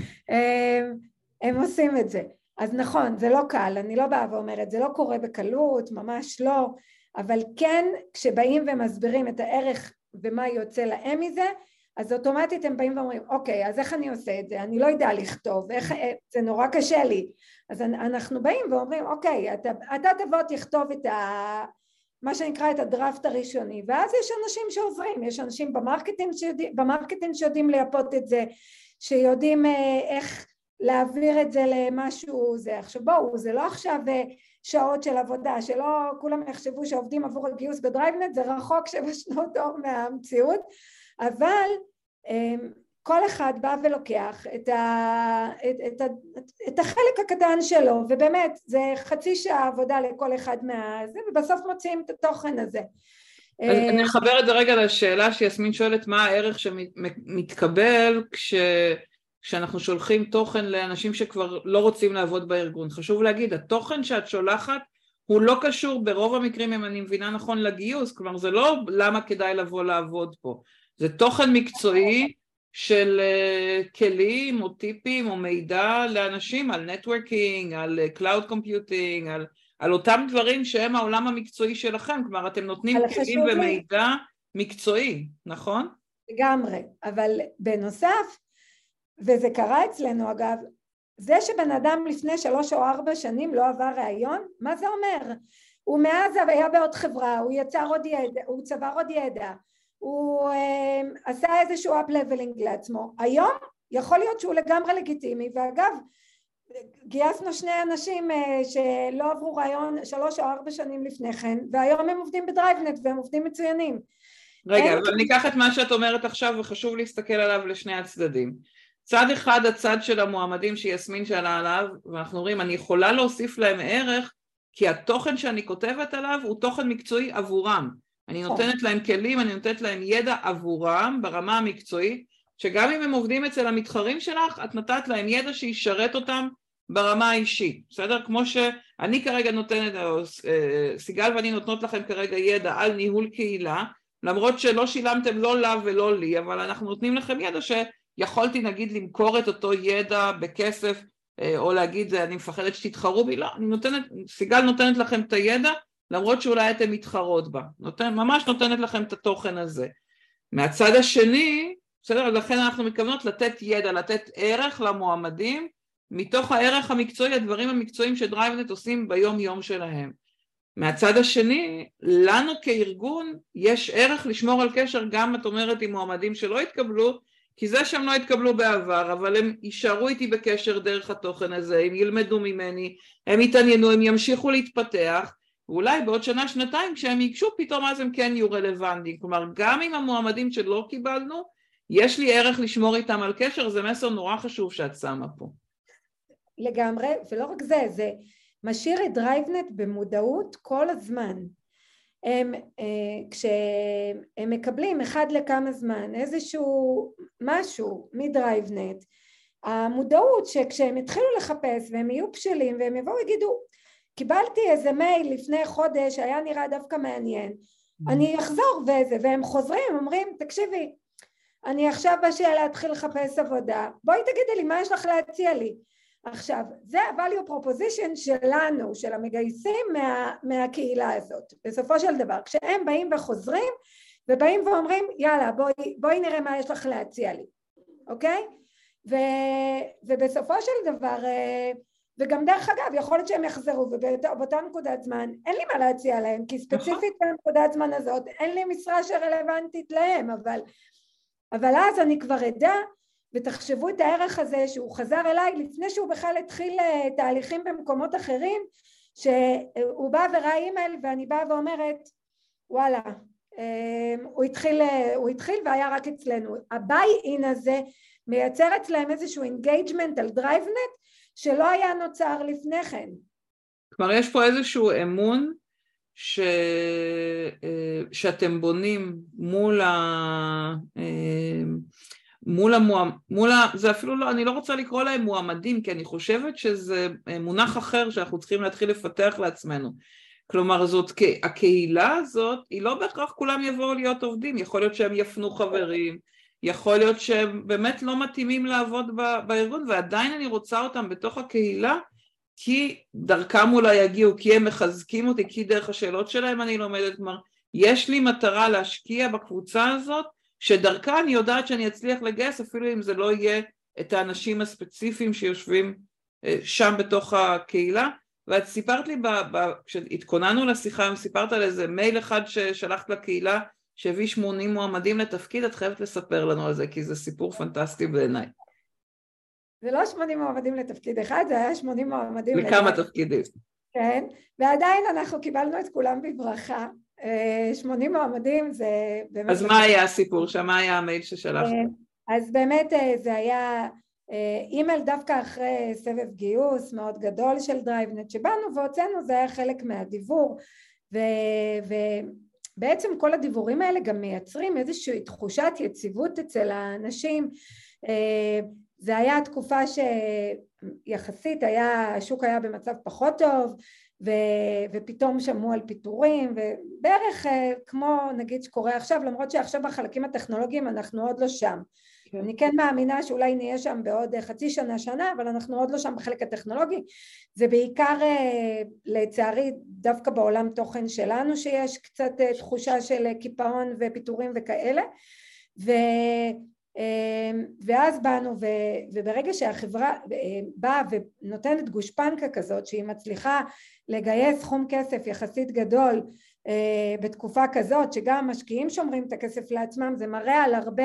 הם עושים את זה. אז נכון, זה לא קל, אני לא באה ואומרת, זה לא קורה בקלות, ממש לא, אבל כן כשבאים ומסבירים את הערך ומה יוצא להם מזה, אז אוטומטית הם באים ואומרים, אוקיי, אז איך אני עושה את זה? אני לא יודע לכתוב, זה נורא קשה לי. אז אנחנו באים ואומרים, אוקיי, אתה תבוא תכתוב את מה שנקרא את הדראפט הראשוני, ואז יש אנשים שעוזרים, יש אנשים במרקטינג שיודעים לייפות את זה, שיודעים איך להעביר את זה למשהו, זה עכשיו בואו, זה לא עכשיו שעות של עבודה, שלא כולם יחשבו שעובדים עבור הגיוס בדרייבנט, זה רחוק שבשנות אור מהמציאות, אבל כל אחד בא ולוקח את החלק הקטן שלו, ובאמת זה חצי שעה עבודה לכל אחד מהזה, ובסוף מוציאים את התוכן הזה. אז אני אחבר את זה רגע לשאלה שיסמין שואלת, מה הערך שמתקבל כשאנחנו שולחים תוכן לאנשים שכבר לא רוצים לעבוד בארגון. חשוב להגיד, התוכן שאת שולחת הוא לא קשור ברוב המקרים, אם אני מבינה נכון, לגיוס, כלומר זה לא למה כדאי לבוא לעבוד פה, זה תוכן מקצועי של כלים או טיפים או מידע לאנשים על נטוורקינג, על קלאוד קומפיוטינג, על אותם דברים שהם העולם המקצועי שלכם, כלומר אתם נותנים כלים ומידע מקצועי, נכון? לגמרי, אבל בנוסף, וזה קרה אצלנו אגב, זה שבן אדם לפני 3 או 4 שנים לא עבר ראיון, מה זה אומר? הוא מאז היה בעוד חברה, הוא יצר עוד ידע, הוא צבר עוד ידע, הוא עשה איזשהו אפ-לבלינג לעצמו, היום יכול להיות שהוא לגמרי לגיטימי, ואגב גייסנו 2 אנשים שלא עברו ראיון 3 או 4 שנים לפני כן, והיום הם עובדים בדרייבנט והם עובדים מצוינים. רגע, אבל ניקח את מה שאת אומרת עכשיו וחשוב להסתכל עליו לשני הצדדים. צד אחד, הצד של המועמדים שיסמין שאלה עליו, ואנחנו אומרים, אני יכולה להוסיף להם ערך, כי התוכן שאני כותבת עליו הוא תוכן מקצועי עבורם. אני נותנת להם כלים, אני נותנת להם ידע עבורם ברמה המקצועית, שגם אם הם עובדים אצל המתחרים שלך, את נתת להם ידע שישרת אותם ברמה האישית. בסדר? כמו שאני כרגע נותנת, סיגל ואני נותנות לכם כרגע ידע על ניהול קהילה, למרות שלא שילמתם לא לה ולא לי, אבל אנחנו נותנים לכם ידע שיכולתי נגיד למכור את אותו ידע בכסף, או להגיד אני מפחדת שתתחרו בי, לא, סיגל נותנת לכם את הידע, למרות שאולי אתם מתחרות בה, ממש נותנת לכם את התוכן הזה. מהצד השני, בסדר, לכן אנחנו מתכוונות לתת ידע, לתת ערך למועמדים, מתוך הערך המקצועי, הדברים המקצועיים שדרייבנט עושים ביום יום שלהם. מהצד השני, לנו כארגון יש ערך לשמור על קשר, גם את אומרת עם מועמדים שלא התקבלו, כי זה שהם לא התקבלו בעבר, אבל הם יישארו איתי בקשר דרך התוכן הזה, הם ילמדו ממני, הם יתעניינו, הם ימשיכו להתפתח, ואולי בעוד שנה, שנתיים, כשהם ייגשו, פתאום אז הם כן יהיו רלוונטיים. כלומר, גם עם המועמדים שלא קיבלנו, יש לי ערך לשמור איתם על קשר, זה מסר נורא חשוב שאת שמה פה. לגמרי, ולא רק זה, זה משאיר את דרייבנט במודעות כל הזמן. כשהם מקבלים אחד לכמה זמן איזשהו משהו מדרייבנט, המודעות שכשהם התחילו לחפש והם יהיו בשלים והם יבואו יגידו, קיבלתי איזה מייל לפני חודש, היה נראה דווקא מעניין, אני אחזור והם חוזרים, אומרים, תקשיבי, אני עכשיו בשביל להתחיל לחפש עבודה, בואי תגידי לי מה יש לך להציע לי, עכשיו, זה ה-value proposition שלנו, של המגייסים מהקהילה הזאת. בסופו של דבר, כשהם באים וחוזרים, ובאים ואומרים, יאללה, בואי נראה מה יש לך להציע לי, אוקיי? ובסופו של דבר, וגם דרך אגב, יכול להיות שהם יחזרו, ובאותה נקודת זמן, אין לי מה להציע להם, כי ספציפית בנקודת זמן הזאת, אין לי משרה שרלוונטית להם, אבל אז אני כבר אדע, ותחשבו את הערך הזה שהוא חזר אליי לפני שהוא בכלל התחיל תהליכים במקומות אחרים, שהוא בא וראה אימייל ואני באה ואומרת וואלה, הוא התחיל והיה רק אצלנו. הביי-אין הזה מייצר אצלהם איזשהו אינגייג'מנט על DriveNet שלא היה נוצר לפני כן. כלומר יש פה איזשהו אמון שאתם בונים זה אפילו לא, אני לא רוצה לקרוא להם מועמדים, כי אני חושבת שזה מונח אחר שאנחנו צריכים להתחיל לפתח לעצמנו. כלומר, הקהילה הזאת, היא לא בהכרח כולם יבואו להיות עובדים, יכול להיות שהם יפנו חברים, יכול להיות שהם באמת לא מתאימים לעבוד בארגון, ועדיין אני רוצה אותם בתוך הקהילה, כי דרכם אולי יגיעו, כי הם מחזקים אותי, כי דרך השאלות שלהם אני לומדת, כלומר, יש לי מטרה להשקיע בקבוצה הזאת, שדרכה אני יודעת שאני אצליח לגייס, אפילו אם זה לא יהיה את האנשים הספציפיים שיושבים שם בתוך הקהילה, ואת סיפרת לי, כשהתכוננו לשיחה, סיפרת על איזה מייל אחד ששלחת לקהילה, שהביא 80 מועמדים לתפקיד, את חייבת לספר לנו על זה, כי זה סיפור פנטסטי בעיניי. זה לא 80 מועמדים לתפקיד אחד, זה היה 80 מועמדים לכמה תפקידים. כן, ועדיין אנחנו קיבלנו את כולם בברכה, 80 מועמדים זה באמת... אז מה היה הסיפור שם? מה היה המייל ששלחת? אז באמת זה היה אימייל דווקא אחרי סבב גיוס מאוד גדול של DriveNet שבאנו והוצאנו, זה היה חלק מהדיבור, ובעצם כל הדיבורים האלה גם מייצרים איזושהי תחושת יציבות אצל האנשים. זה היה תקופה שיחסית השוק היה במצב פחות טוב, ופתאום שמעו על פיטורים, ובערך כמו נגיד שקורה עכשיו, למרות שעכשיו בחלקים הטכנולוגיים אנחנו עוד לא שם. כן. אני כן מאמינה שאולי נהיה שם בעוד חצי שנה, אבל אנחנו עוד לא שם בחלק הטכנולוגי. זה בעיקר לצערי דווקא בעולם תוכן שלנו שיש קצת תחושה של קיפאון ופיטורים וכאלה, ואז באנו, וברגע שהחברה באה ונותנת גושפנקה כזאת שהיא מצליחה לגייס סכום כסף יחסית גדול בתקופה כזאת שגם המשקיעים שומרים את הכסף לעצמם, זה מראה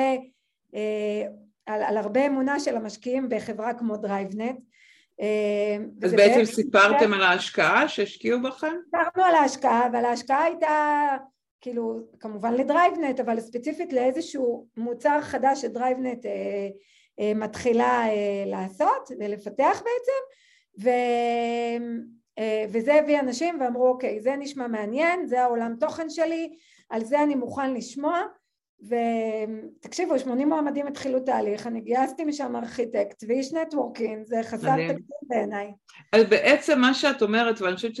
על הרבה אמונה של המשקיעים בחברה כמו DriveNet. אז בעצם סיפרתם על ההשקעה שהשקיעו בכם? סיפרנו על ההשקעה, אבל ההשקעה הייתה כאילו כמובן לדרייבנט, אבל ספציפית לאיזשהו מוצר חדש שדרייבנט מתחילה לעשות ולפתח בעצם, וזה הביא אנשים ואמרו אוקיי, זה נשמע מעניין, זה העולם תוכן שלי, על זה אני מוכן לשמוע, ותקשיבו, 80 מועמדים התחילו תהליך, אני גייסתי משם ארכיטקט ואיש נטוורקינג, זה חסר תקציב בעיניי. אז בעצם מה שאת אומרת, ואני חושבת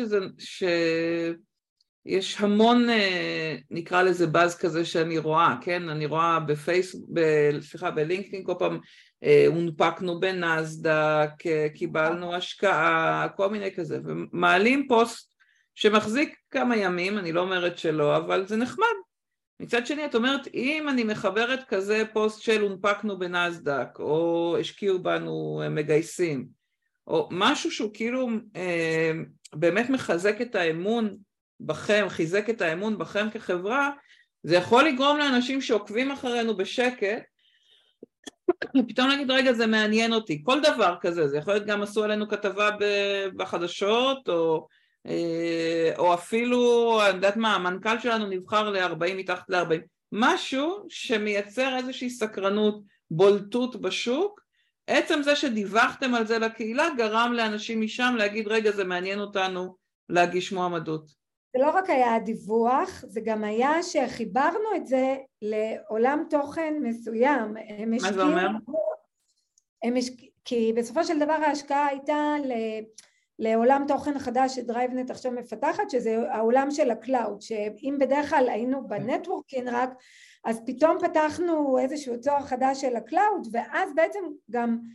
יש המון, נקרא לזה באז כזה שאני רואה, כן? אני רואה בלינקדאין כל פעם, הונפקנו בנסדק, קיבלנו השקעה, כל מיני כזה, ומעלים פוסט שמחזיק כמה ימים, אני לא אומרת שלא, אבל זה נחמד. מצד שני, את אומרת, אם אני מחברת כזה פוסט של הונפקנו בנסדק, או השקיעו בנו מגייסים, או משהו שהוא כאילו באמת מחזק את האמון בכם, חיזק את האמון בכם כחברה, זה יכול לגרום לאנשים שעוקבים אחרינו בשקט, פתאום להגיד, רגע, זה מעניין אותי. כל דבר כזה, זה יכול להיות גם עשו עלינו כתבה בחדשות, או אפילו, אני יודעת מה, המנכ"ל שלנו נבחר ל-40 מתחת ל-40, משהו שמייצר איזושהי סקרנות, בולטות בשוק, עצם זה שדיווחתם על זה לקהילה, גרם לאנשים משם להגיד, רגע, זה מעניין אותנו להגיש מועמדות. זה לא רק היה הדיווח, זה גם היה שחיברנו את זה לעולם תוכן מסוים. מה זה אומר? כי בסופו של דבר ההשקעה הייתה לעולם תוכן חדש שדרייבנט עכשיו מפתחת, שזה העולם של הקלאוד, שאם בדרך כלל היינו בנטוורקינג רק, אז פתאום פתחנו איזשהו צוהר חדש של הקלאוד, ואז בעצם גם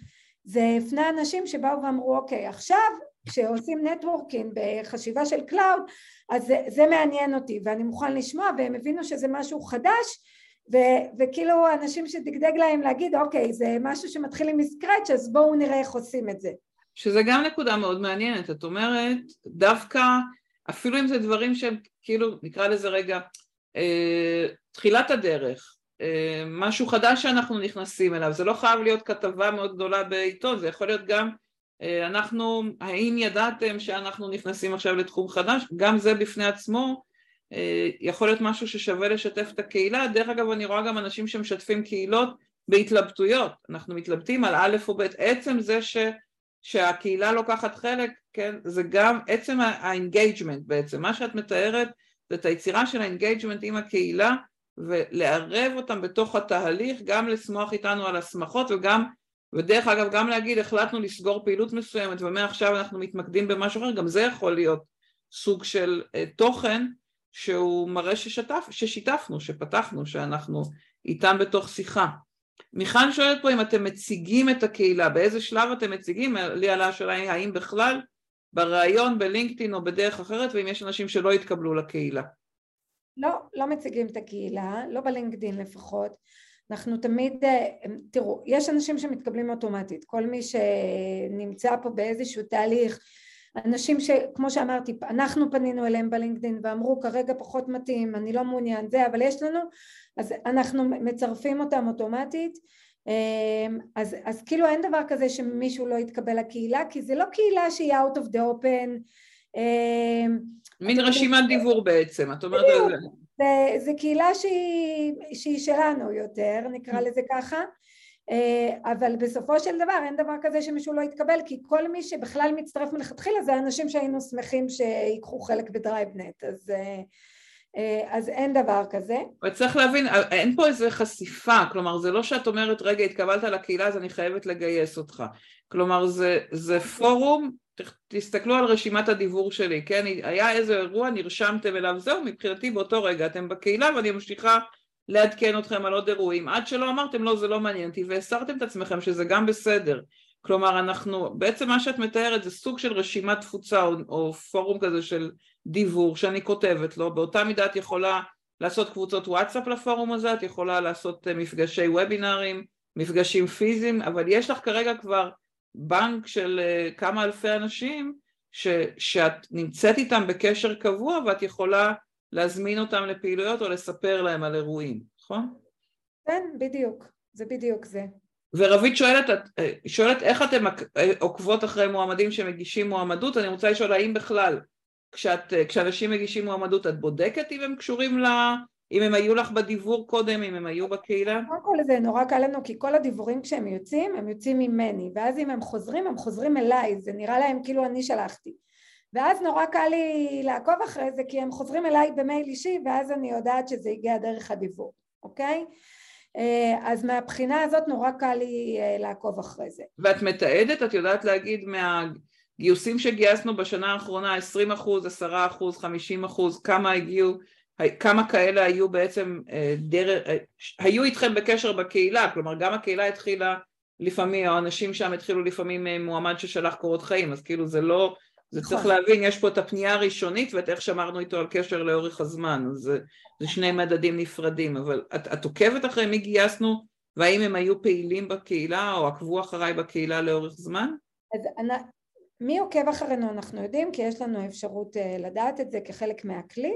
זה הפנה אנשים שבאו ואמרו, אוקיי, עכשיו כשעושים נטוורקינג בחשיבה של קלאוד, אז זה מעניין אותי ואני מוכן לשמוע, והם הבינו שזה משהו חדש, וכאילו אנשים שדגדג להם להגיד, אוקיי, זה משהו שמתחילים מסקרץ', אז בואו נראה איך עושים את זה. שזה גם נקודה מאוד מעניינת, את אומרת, דווקא, אפילו אם זה דברים שהם כאילו, נקרא לזה רגע, תחילת הדרך, משהו חדש שאנחנו נכנסים אליו, זה לא חייב להיות כתבה מאוד גדולה בעיתון, זה יכול להיות גם, האם ידעתם שאנחנו נכנסים עכשיו לתחום חדש, גם זה בפני עצמו, יכול להיות משהו ששווה לשתף את הקהילה. דרך אגב, אני רואה גם אנשים שמשתפים קהילות בהתלבטויות, אנחנו מתלבטים על א' או ב', עצם זה שהקהילה לוקחת חלק, כן, זה גם עצם האינגייג'מנט בעצם, מה שאת מתארת זה את היצירה של האינגייג'מנט עם הקהילה, ולערב אותם בתוך התהליך, גם לשמוח איתנו על השמחות, ודרך אגב גם להגיד, החלטנו לסגור פעילות מסוימת, ומעכשיו אנחנו מתמקדים במשהו אחר, גם זה יכול להיות סוג של תוכן, שהוא מראה ששיתפנו, שפתחנו, שאנחנו איתם בתוך שיחה. מיכל שואלת פה אם אתם מציגים את הקהילה, באיזה שלב אתם מציגים, לי עלה השאלה האם בכלל, ברעיון, בלינקדאין או בדרך אחרת, ואם יש אנשים שלא יתקבלו לקהילה. לא מציגים את הקהילה, לא בלינקדאין לפחות, אנחנו תמיד, תראו, יש אנשים שמתקבלים אוטומטית, כל מי שנמצא פה באיזשהו תהליך, אנשים שכמו שאמרתי, אנחנו פנינו אליהם בלינקדאין ואמרו כרגע פחות מתאים, אני לא מעוניין זה, אבל יש לנו, אז אנחנו מצרפים אותם אוטומטית, אז כאילו אין דבר כזה שמישהו לא יתקבל לקהילה, כי זה לא קהילה שהיא out of the open. מין רשימת דיבור בעצם, את אומרת על זה. זה קהילה שהיא שלנו יותר, נקרא לזה ככה, אבל בסופו של דבר אין דבר כזה שמישהו לא יתקבל, כי כל מי שבכלל מצטרף מלכתחילה זה אנשים שהיינו שמחים שיקחו חלק בדרייבנט, אז אין דבר כזה. וצריך להבין, אין פה איזה חשיפה, כלומר זה לא שאת אומרת רגע התקבלת לקהילה אז אני חייבת לגייס אותך, כלומר זה פורום, תסתכלו על רשימת הדיבור שלי, כן, היה איזה אירוע, נרשמתם אליו, זהו, מבחינתי באותו רגע אתם בקהילה ואני ממשיכה לעדכן אתכם על עוד אירועים, עד שלא אמרתם לא זה לא מעניין אותי והסרתם את עצמכם שזה גם בסדר, כלומר אנחנו, בעצם מה שאת מתארת זה סוג של רשימת תפוצה או פורום כזה של דיבור שאני כותבת לו, באותה מידה את יכולה לעשות קבוצות וואטסאפ לפורום הזה, את יכולה לעשות מפגשי וובינרים, מפגשים פיזיים, אבל יש לך כרגע כבר בנק של כמה אלפי אנשים שאת נמצאת איתם בקשר קבוע ואת יכולה להזמין אותם לפעילויות או לספר להם על אירועים, נכון? כן, בדיוק, זה בדיוק זה. ורבית שואלת איך אתם עוקבות אחרי מועמדים שמגישים מועמדות, אני רוצה לשאול האם בכלל כשאנשים מגישים מועמדות את בודקת אם הם קשורים אם הם היו לך בדיבור קודם, אם הם היו בקהילה? קודם כל זה נורא קל לנו, כי כל הדיבורים כשהם יוצאים, הם יוצאים ממני, ואז אם הם חוזרים אליי, זה נראה להם כאילו אני שלחתי. ואז נורא קל לי לעקוב אחרי זה, כי הם חוזרים אליי במייל אישי, ואז אני יודעת שזה הגיע דרך הדיבור, אוקיי? אז מהבחינה הזאת נורא קל לי לעקוב אחרי זה. ואת מתעדת, את יודעת להגיד מהגיוסים שגייסנו בשנה האחרונה, 20%, 10%, 50%, כמה הגיעו, כמה כאלה היו בעצם היו איתכם בקשר בקהילה, כלומר גם הקהילה התחילה לפעמים, או אנשים שם התחילו לפעמים מועמד ששלח קורות חיים, אז כאילו זה לא, זה צריך להבין, יש פה את הפנייה הראשונית ואת איך שמרנו איתו על קשר לאורך הזמן, אז זה שני מדדים נפרדים, אבל את עוקבת אחרי מי גייסנו, והאם הם היו פעילים בקהילה או עקבו אחריי בקהילה לאורך זמן? אז מי עוקב אחרינו אנחנו יודעים, כי יש לנו אפשרות לדעת את זה כחלק מהכלי,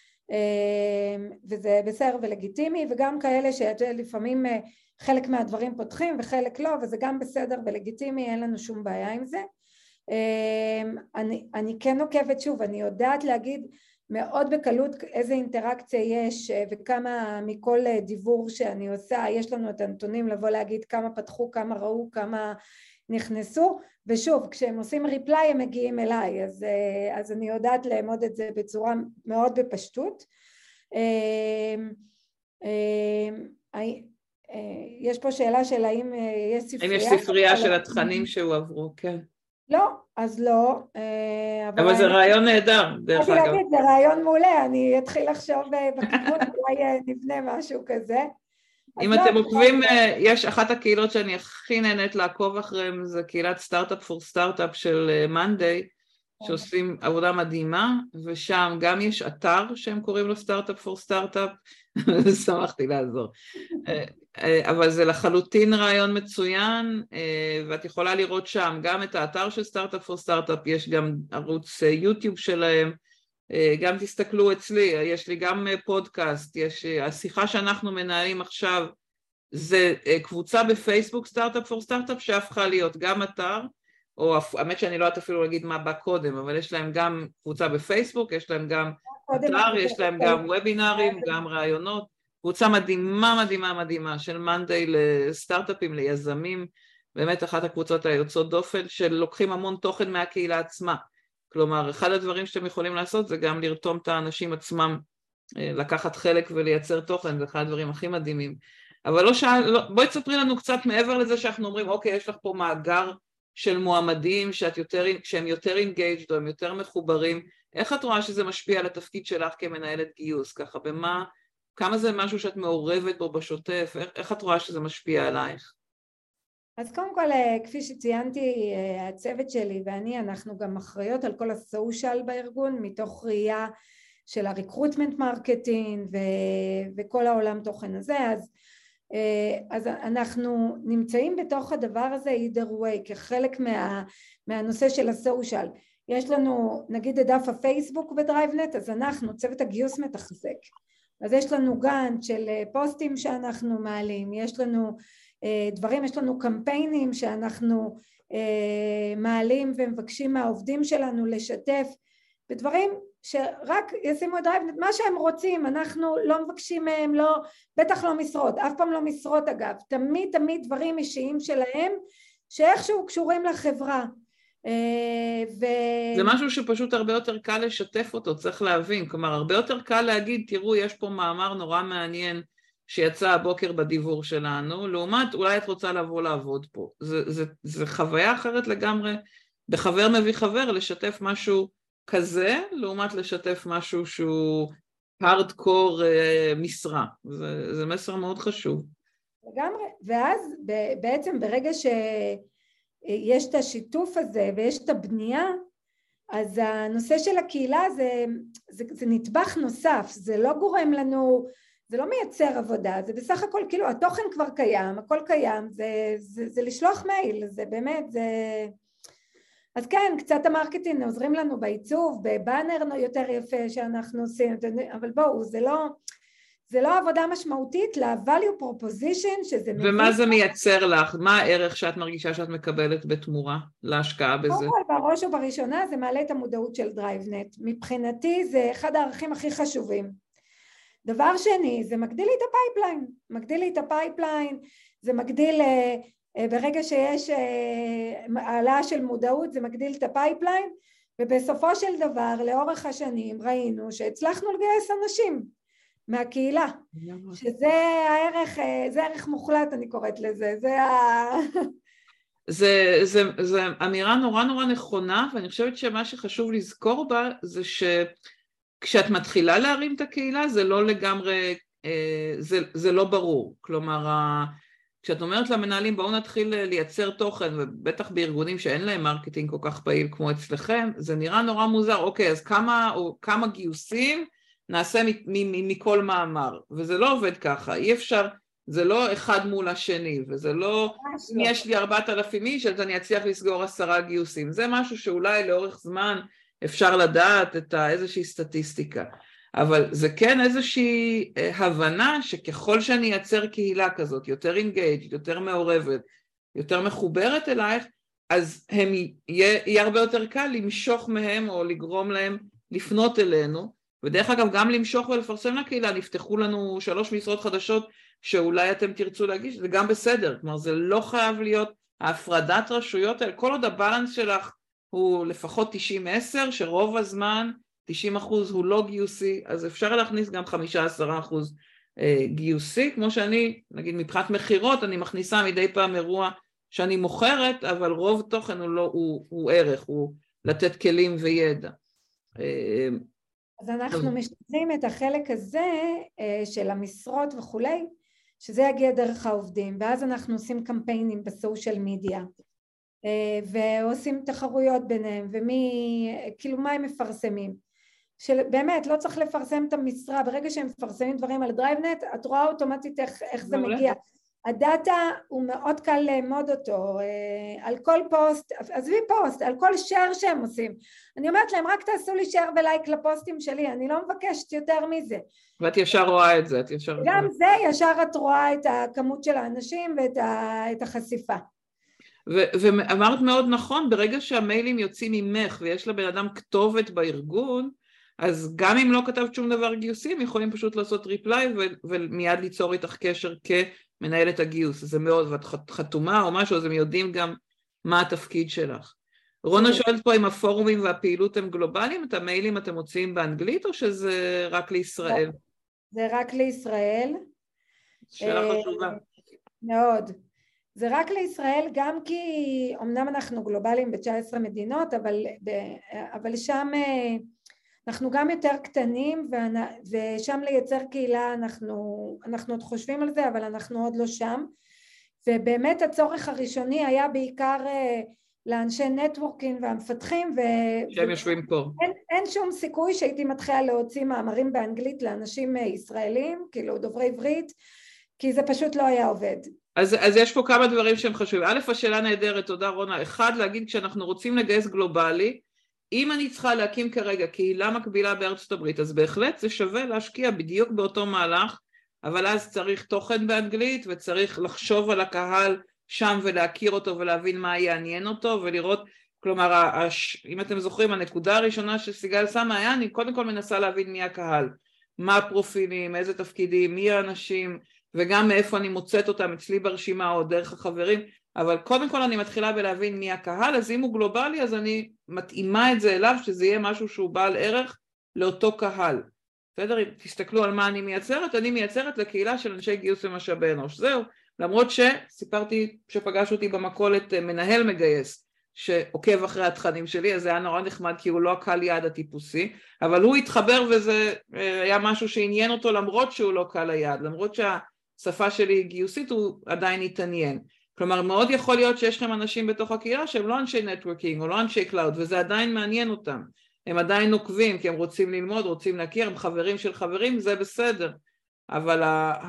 וזה בסדר ולגיטימי, וגם כאלה שלפעמים חלק מהדברים פותחים וחלק לא, וזה גם בסדר ולגיטימי, אין לנו שום בעיה עם זה. אני כן עוקבת, שוב, אני יודעת להגיד מאוד בקלות איזה אינטראקציה יש וכמה מכל דיבור שאני עושה, יש לנו את הנתונים לבוא להגיד כמה פתחו, כמה ראו, כמה נכנסו, ושוב, כשהם עושים ריפליי הם מגיעים אליי, אז אני יודעת לאמוד את זה בצורה מאוד בפשטות. יש פה שאלה של האם יש ספרייה? האם יש ספרייה של התכנים שהועברו, כן. לא, אז לא. אבל זה רעיון נהדר, דרך אגב. זה רעיון מעולה, אני אתחיל לחשוב בכיוון, אולי נבנה משהו כזה. אם אתם עוקבים, יש אחת הקהילות שאני הכי נהנית לעקוב אחריהם, זה קהילת סטארט-אפ פור סטארט-אפ של מאנדיי, שעושים עבודה מדהימה, ושם גם יש אתר שהם קוראים לו סטארט-אפ פור סטארט-אפ, שמחתי לעזור. אבל זה לחלוטין רעיון מצוין, ואת יכולה לראות שם גם את האתר של סטארט-אפ פור סטארט-אפ, יש גם ערוץ יוטיוב שלהם, גם תסתכלו אצלי, יש לי גם פודקאסט, השיחה שאנחנו מנהלים עכשיו, זה קבוצה בפייסבוק סטארט-אפ פור סטארט-אפ שהפכה להיות גם אתר, או האמת שאני לא יודעת אפילו להגיד מה בא קודם, אבל יש להם גם קבוצה בפייסבוק, יש להם גם אתר, יש להם גם וובינרים, גם רעיונות, קבוצה מדהימה מדהימה מדהימה של מאנדיי לסטארט-אפים, ליזמים, באמת אחת הקבוצות היוצאות דופן שלוקחים המון תוכן מהקהילה עצמה, כלומר אחד הדברים שאתם יכולים לעשות זה גם לרתום את האנשים עצמם, לקחת חלק ולייצר תוכן, זה אחד הדברים הכי מדהימים, אבל בואי תספרי לנו קצת מעבר לזה שאנחנו אומרים אוקיי יש לך פה מאגר של מועמדים שהם יותר engaged או הם יותר מחוברים, איך את רואה שזה משפיע על התפקיד שלך כמנהלת גיוס, ככה כמה זה משהו שאת מעורבת בו בשוטף, איך את רואה שזה משפיע עלייך? אז קודם כל, כפי שציינתי, הצוות שלי ואני, אנחנו גם אחראיות על כל הסושיאל בארגון, מתוך ראייה של הריקרוטמנט מרקטינג וכל העולם תוכן הזה, אז אנחנו נמצאים בתוך הדבר הזה either way, כחלק מהנושא של הסושיאל. יש לנו, נגיד את דף הפייסבוק בדרייבנט, אז אנחנו, צוות הגיוס מתחזק. אז יש לנו גאנט של פוסטים שאנחנו מעלים, יש לנו דברים, יש לנו קמפיינים שאנחנו מעלים ומבקשים מהעובדים שלנו לשתף בדברים שרק ישימו את דרייבנט, מה שהם רוצים, אנחנו לא מבקשים מהם, לא, בטח לא משרות, אף פעם לא משרות אגב, תמיד דברים אישיים שלהם שאיכשהו קשורים לחברה. זה משהו שפשוט הרבה יותר קל לשתף אותו, צריך להבין, כלומר הרבה יותר קל להגיד, תראו יש פה מאמר נורא מעניין שיצא הבוקר בדיוור שלנו, לעומת אולי את רוצה לבוא לעבוד פה, זה חוויה אחרת לגמרי, בחבר מביא חבר לשתף משהו כזה, לעומת לשתף משהו שהוא הארדקור משרה, זה מסר מאוד חשוב. לגמרי, ואז בעצם ברגע שיש את השיתוף הזה ויש את הבנייה, אז הנושא של הקהילה זה נטבח נוסף, זה לא גורם לנו, זה לא מייצר עבודה, זה בסך הכל כאילו התוכן כבר קיים, הכל קיים, זה לשלוח מייל, זה באמת, זה... אז כן, קצת המרקטינג עוזרים לנו בעיצוב, בבאנר יותר יפה שאנחנו עושים, אבל בואו, זה לא עבודה משמעותית ל-value proposition שזה... ומה זה מייצר לך? מה הערך שאת מרגישה שאת מקבלת בתמורה להשקעה בזה? בראש ובראשונה זה מעלה את המודעות של דרייבנט. מבחינתי זה אחד הערכים הכי חשובים. דבר שני, זה מגדיל לי את הפייפליין, זה מגדיל, ברגע שיש העלאה של מודעות, זה מגדיל את הפייפליין, ובסופו של דבר, לאורך השנים, ראינו שהצלחנו לגייס אנשים מהקהילה, שזה הערך, זה ערך מוחלט, אני קוראת לזה, זה אמירה נורא נורא נכונה, ואני חושבת שמה שחשוב לזכור בה, זה שכשאת מתחילה להרים את הקהילה, זה לא לגמרי, זה לא ברור, כלומר, כשאת אומרת למנהלים, בואו נתחיל לייצר תוכן, ובטח בארגונים שאין להם מרקטינג כל כך פעיל כמו אצלכם, זה נראה נורא מוזר, אוקיי, אז כמה גיוסים נעשה מכל מאמר, וזה לא עובד ככה, אי אפשר, זה לא אחד מול השני, וזה לא, אם יש לי 4,000 איש, אז אני אצליח לסגור 10 גיוסים, זה משהו שאולי לאורך זמן אפשר לדעת את איזושהי סטטיסטיקה, אבל זה כן איזושהי הבנה שככל שאני אייצר קהילה כזאת, יותר אינגייג'ד, יותר מעורבת, יותר מחוברת אלייך, אז יהיה הרבה יותר קל למשוך מהם או לגרום להם לפנות אלינו, ודרך אגב גם למשוך ולפרסם לקהילה, נפתחו לנו 3 משרות חדשות שאולי אתם תרצו להגיש, זה גם בסדר, כלומר זה לא חייב להיות ההפרדת רשויות האלה, כל עוד הבלנס שלך הוא לפחות 90-10, שרוב הזמן 90% הוא לא גיוסי, אז אפשר להכניס גם 5-10% גיוסי, כמו שאני, נגיד מבחינת מחירות, אני מכניסה מדי פעם אירוע שאני מוכרת, אבל רוב תוכן הוא ערך, הוא לתת כלים וידע. אז אנחנו משתמשים את החלק הזה של המשרות וכולי, שזה יגיע דרך העובדים, ואז אנחנו עושים קמפיינים בסושיאל מדיה, ועושים תחרויות ביניהם, כאילו מה הם מפרסמים, שבאמת לא צריך לפרסם את המשרה, ברגע שהם מפרסמים דברים על דרייבנט, את רואה אוטומטית איך זה מגיע. הדאטה הוא מאוד קל לאמוד אותו, על כל פוסט, עזבי פוסט, על כל שייר שהם עושים. אני אומרת להם, רק תעשו לי שייר ולייק לפוסטים שלי, אני לא מבקשת יותר מזה. ואת ישר רואה את זה, את ישר... גם זה, ישר את רואה את הכמות של האנשים ואת החשיפה. ואמרת מאוד נכון, ברגע שהמיילים יוצאים ממך ויש לבן אדם כתובת בארגון, אז גם אם לא כתבת שום דבר גיוסים, יכולים פשוט לעשות ריפליי ומיד ליצור איתך קשר כמנהלת הגיוס. זה מאוד, ואת חתומה או משהו, אז הם יודעים גם מה התפקיד שלך. רונה שואלת פה אם הפורומים והפעילות הם גלובליים, את המיילים אתם מוציאים באנגלית או שזה רק לישראל? זה רק לישראל. שאלה חשובה. מאוד. זה רק לישראל גם כי אמנם אנחנו גלובליים ב-19 מדינות, אבל שם אנחנו גם יותר קטנים, ושם לייצר קהילה אנחנו עוד חושבים על זה, אבל אנחנו עוד לא שם. ובאמת הצורך הראשוני היה בעיקר לאנשי נטוורקינג והמפתחים, שהם יושבים פה. אין שום סיכוי שהייתי מתחילה להוציא מאמרים באנגלית לאנשים ישראלים, כאילו דוברי עברית, כי זה פשוט לא היה עובד. אז יש פה כמה דברים שהם חשובים. א', השאלה נהדרת, תודה רונה. אחד, להגיד כשאנחנו רוצים לגייס גלובלי, אם אני צריכה להקים כרגע קהילה מקבילה בארצות הברית, אז בהחלט זה שווה להשקיע בדיוק באותו מהלך, אבל אז צריך תוכן באנגלית, וצריך לחשוב על הקהל שם ולהכיר אותו ולהבין מה יעניין אותו, ולראות, כלומר, אם אתם זוכרים, הנקודה הראשונה שסיגל שמה היה, אני קודם כל מנסה להבין מי הקהל, מה הפרופילים, איזה תפקידים, מי האנשים, וגם מאיפה אני מוצאת אותם אצלי ברשימה או דרך החברים, אבל קודם כל אני מתחילה בלהבין מי הקהל, אז אם הוא גלובלי אז אני מתאימה את זה אליו, שזה יהיה משהו שהוא בעל ערך לאותו קהל. בסדר? אם תסתכלו על מה אני מייצרת, אני מייצרת לקהילה של אנשי גיוס ומשאבי אנוש. זהו, למרות שסיפרתי שפגש אותי במכולת מנהל מגייס, שעוקב אחרי התכנים שלי, אז זה היה נורא נחמד כי הוא לא הקהל יעד הטיפוסי, אבל הוא התחבר וזה היה משהו שעניין אותו למרות שהוא לא קהל היעד, למרות שהשפה שלי גיוסית הוא עדיין התעניין. כלומר, מאוד יכול להיות שיש לכם אנשים בתוך הקהילה שהם לא אנשי נטוורקינג או לא אנשי קלאוד, וזה עדיין מעניין אותם. הם עדיין נוקבים כי הם רוצים ללמוד, רוצים להכיר, הם חברים של חברים, זה בסדר. אבל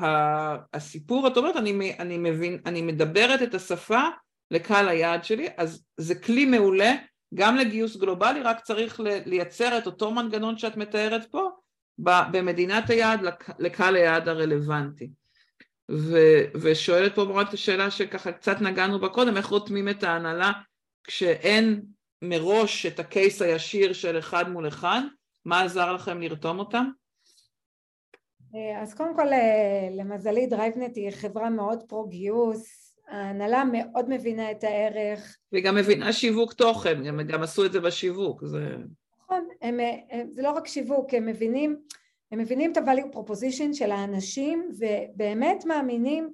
הסיפור, את אומרת, אני מדברת את השפה לקהל היעד שלי, אז זה כלי מעולה, גם לגיוס גלובלי, רק צריך לייצר את אותו מנגנון שאת מתארת פה, במדינת היעד, לקהל היעד הרלוונטי. ושואלת פה רק את השאלה שככה קצת נגענו בה קודם, איך רותמים את ההנהלה כשאין מראש את הקייס הישיר של אחד מול אחד, מה עזר לכם לרתום אותם? אז קודם כל, למזלי דרייבנט היא חברה מאוד פרו-גיוס, ההנהלה מאוד מבינה את הערך. והיא גם מבינה שיווק תוכן, גם עשו את זה בשיווק. נכון, זה לא רק שיווק, הם מבינים את ה-value proposition של האנשים, ובאמת מאמינים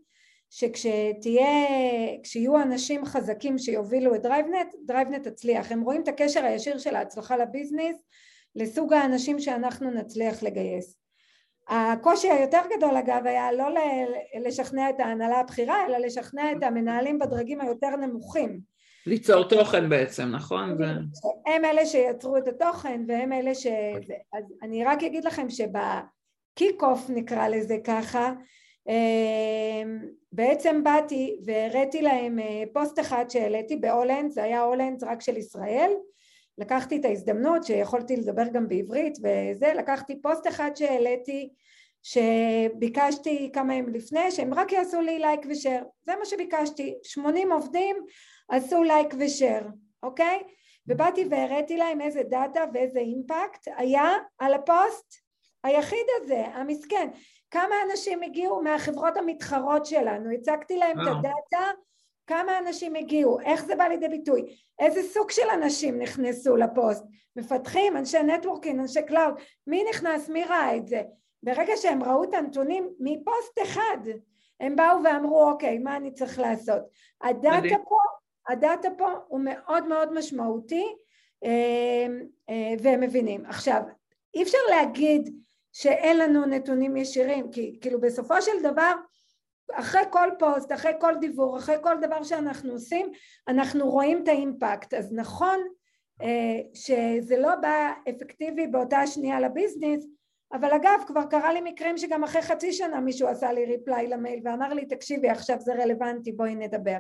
שכשיהיו אנשים חזקים שיובילו את דרייבנט תצליח. הם רואים את הקשר הישיר של ההצלחה לביזנס, לסוג האנשים שאנחנו נצליח לגייס. הקושי היותר גדול אגב היה לא לשכנע את ההנהלה הבכירה, אלא לשכנע את המנהלים בדרגים היותר נמוכים. ליצור תוכן בעצם, נכון? הם אלה שיצרו את התוכן, והם אלה אז אני רק אגיד לכם שבקיק-אוף נקרא לזה ככה, בעצם באתי והראיתי להם פוסט אחד שהעליתי בהולנד, זה היה הולנד רק של ישראל, לקחתי את ההזדמנות שיכולתי לדבר גם בעברית וזה, לקחתי פוסט אחד שהעליתי, שביקשתי כמה ימים לפני שהם רק יעשו לי לייק ושייר, זה מה שביקשתי, 80 עובדים עשו לייק ושייר, אוקיי? ובאתי והראיתי להם איזה דאטה ואיזה אימפקט היה על הפוסט היחיד הזה, המסכן. כמה אנשים הגיעו מהחברות המתחרות שלנו, הצגתי להם את הדאטה, כמה אנשים הגיעו, איך זה בא לידי ביטוי, איזה סוג של אנשים נכנסו לפוסט, מפתחים, אנשי נטוורקינג, אנשי קלאוד, מי נכנס, מי ראה את זה? ברגע שהם ראו את הנתונים מפוסט אחד, הם באו ואמרו, אוקיי, מה אני צריך לעשות? הדאטה פה הוא מאוד מאוד משמעותי, והם מבינים. עכשיו, אי אפשר להגיד שאין לנו נתונים ישירים, כי כאילו בסופו של דבר, אחרי כל פוסט, אחרי כל דיוור, אחרי כל דבר שאנחנו עושים, אנחנו רואים את האימפקט. אז נכון שזה לא בא אפקטיבי באותה שנייה לביזנס, אבל אגב כבר קרה לי מקרים שגם אחרי חצי שנה מישהו עשה לי ריפליי למייל ואמר לי תקשיבי עכשיו זה רלוונטי בואי נדבר.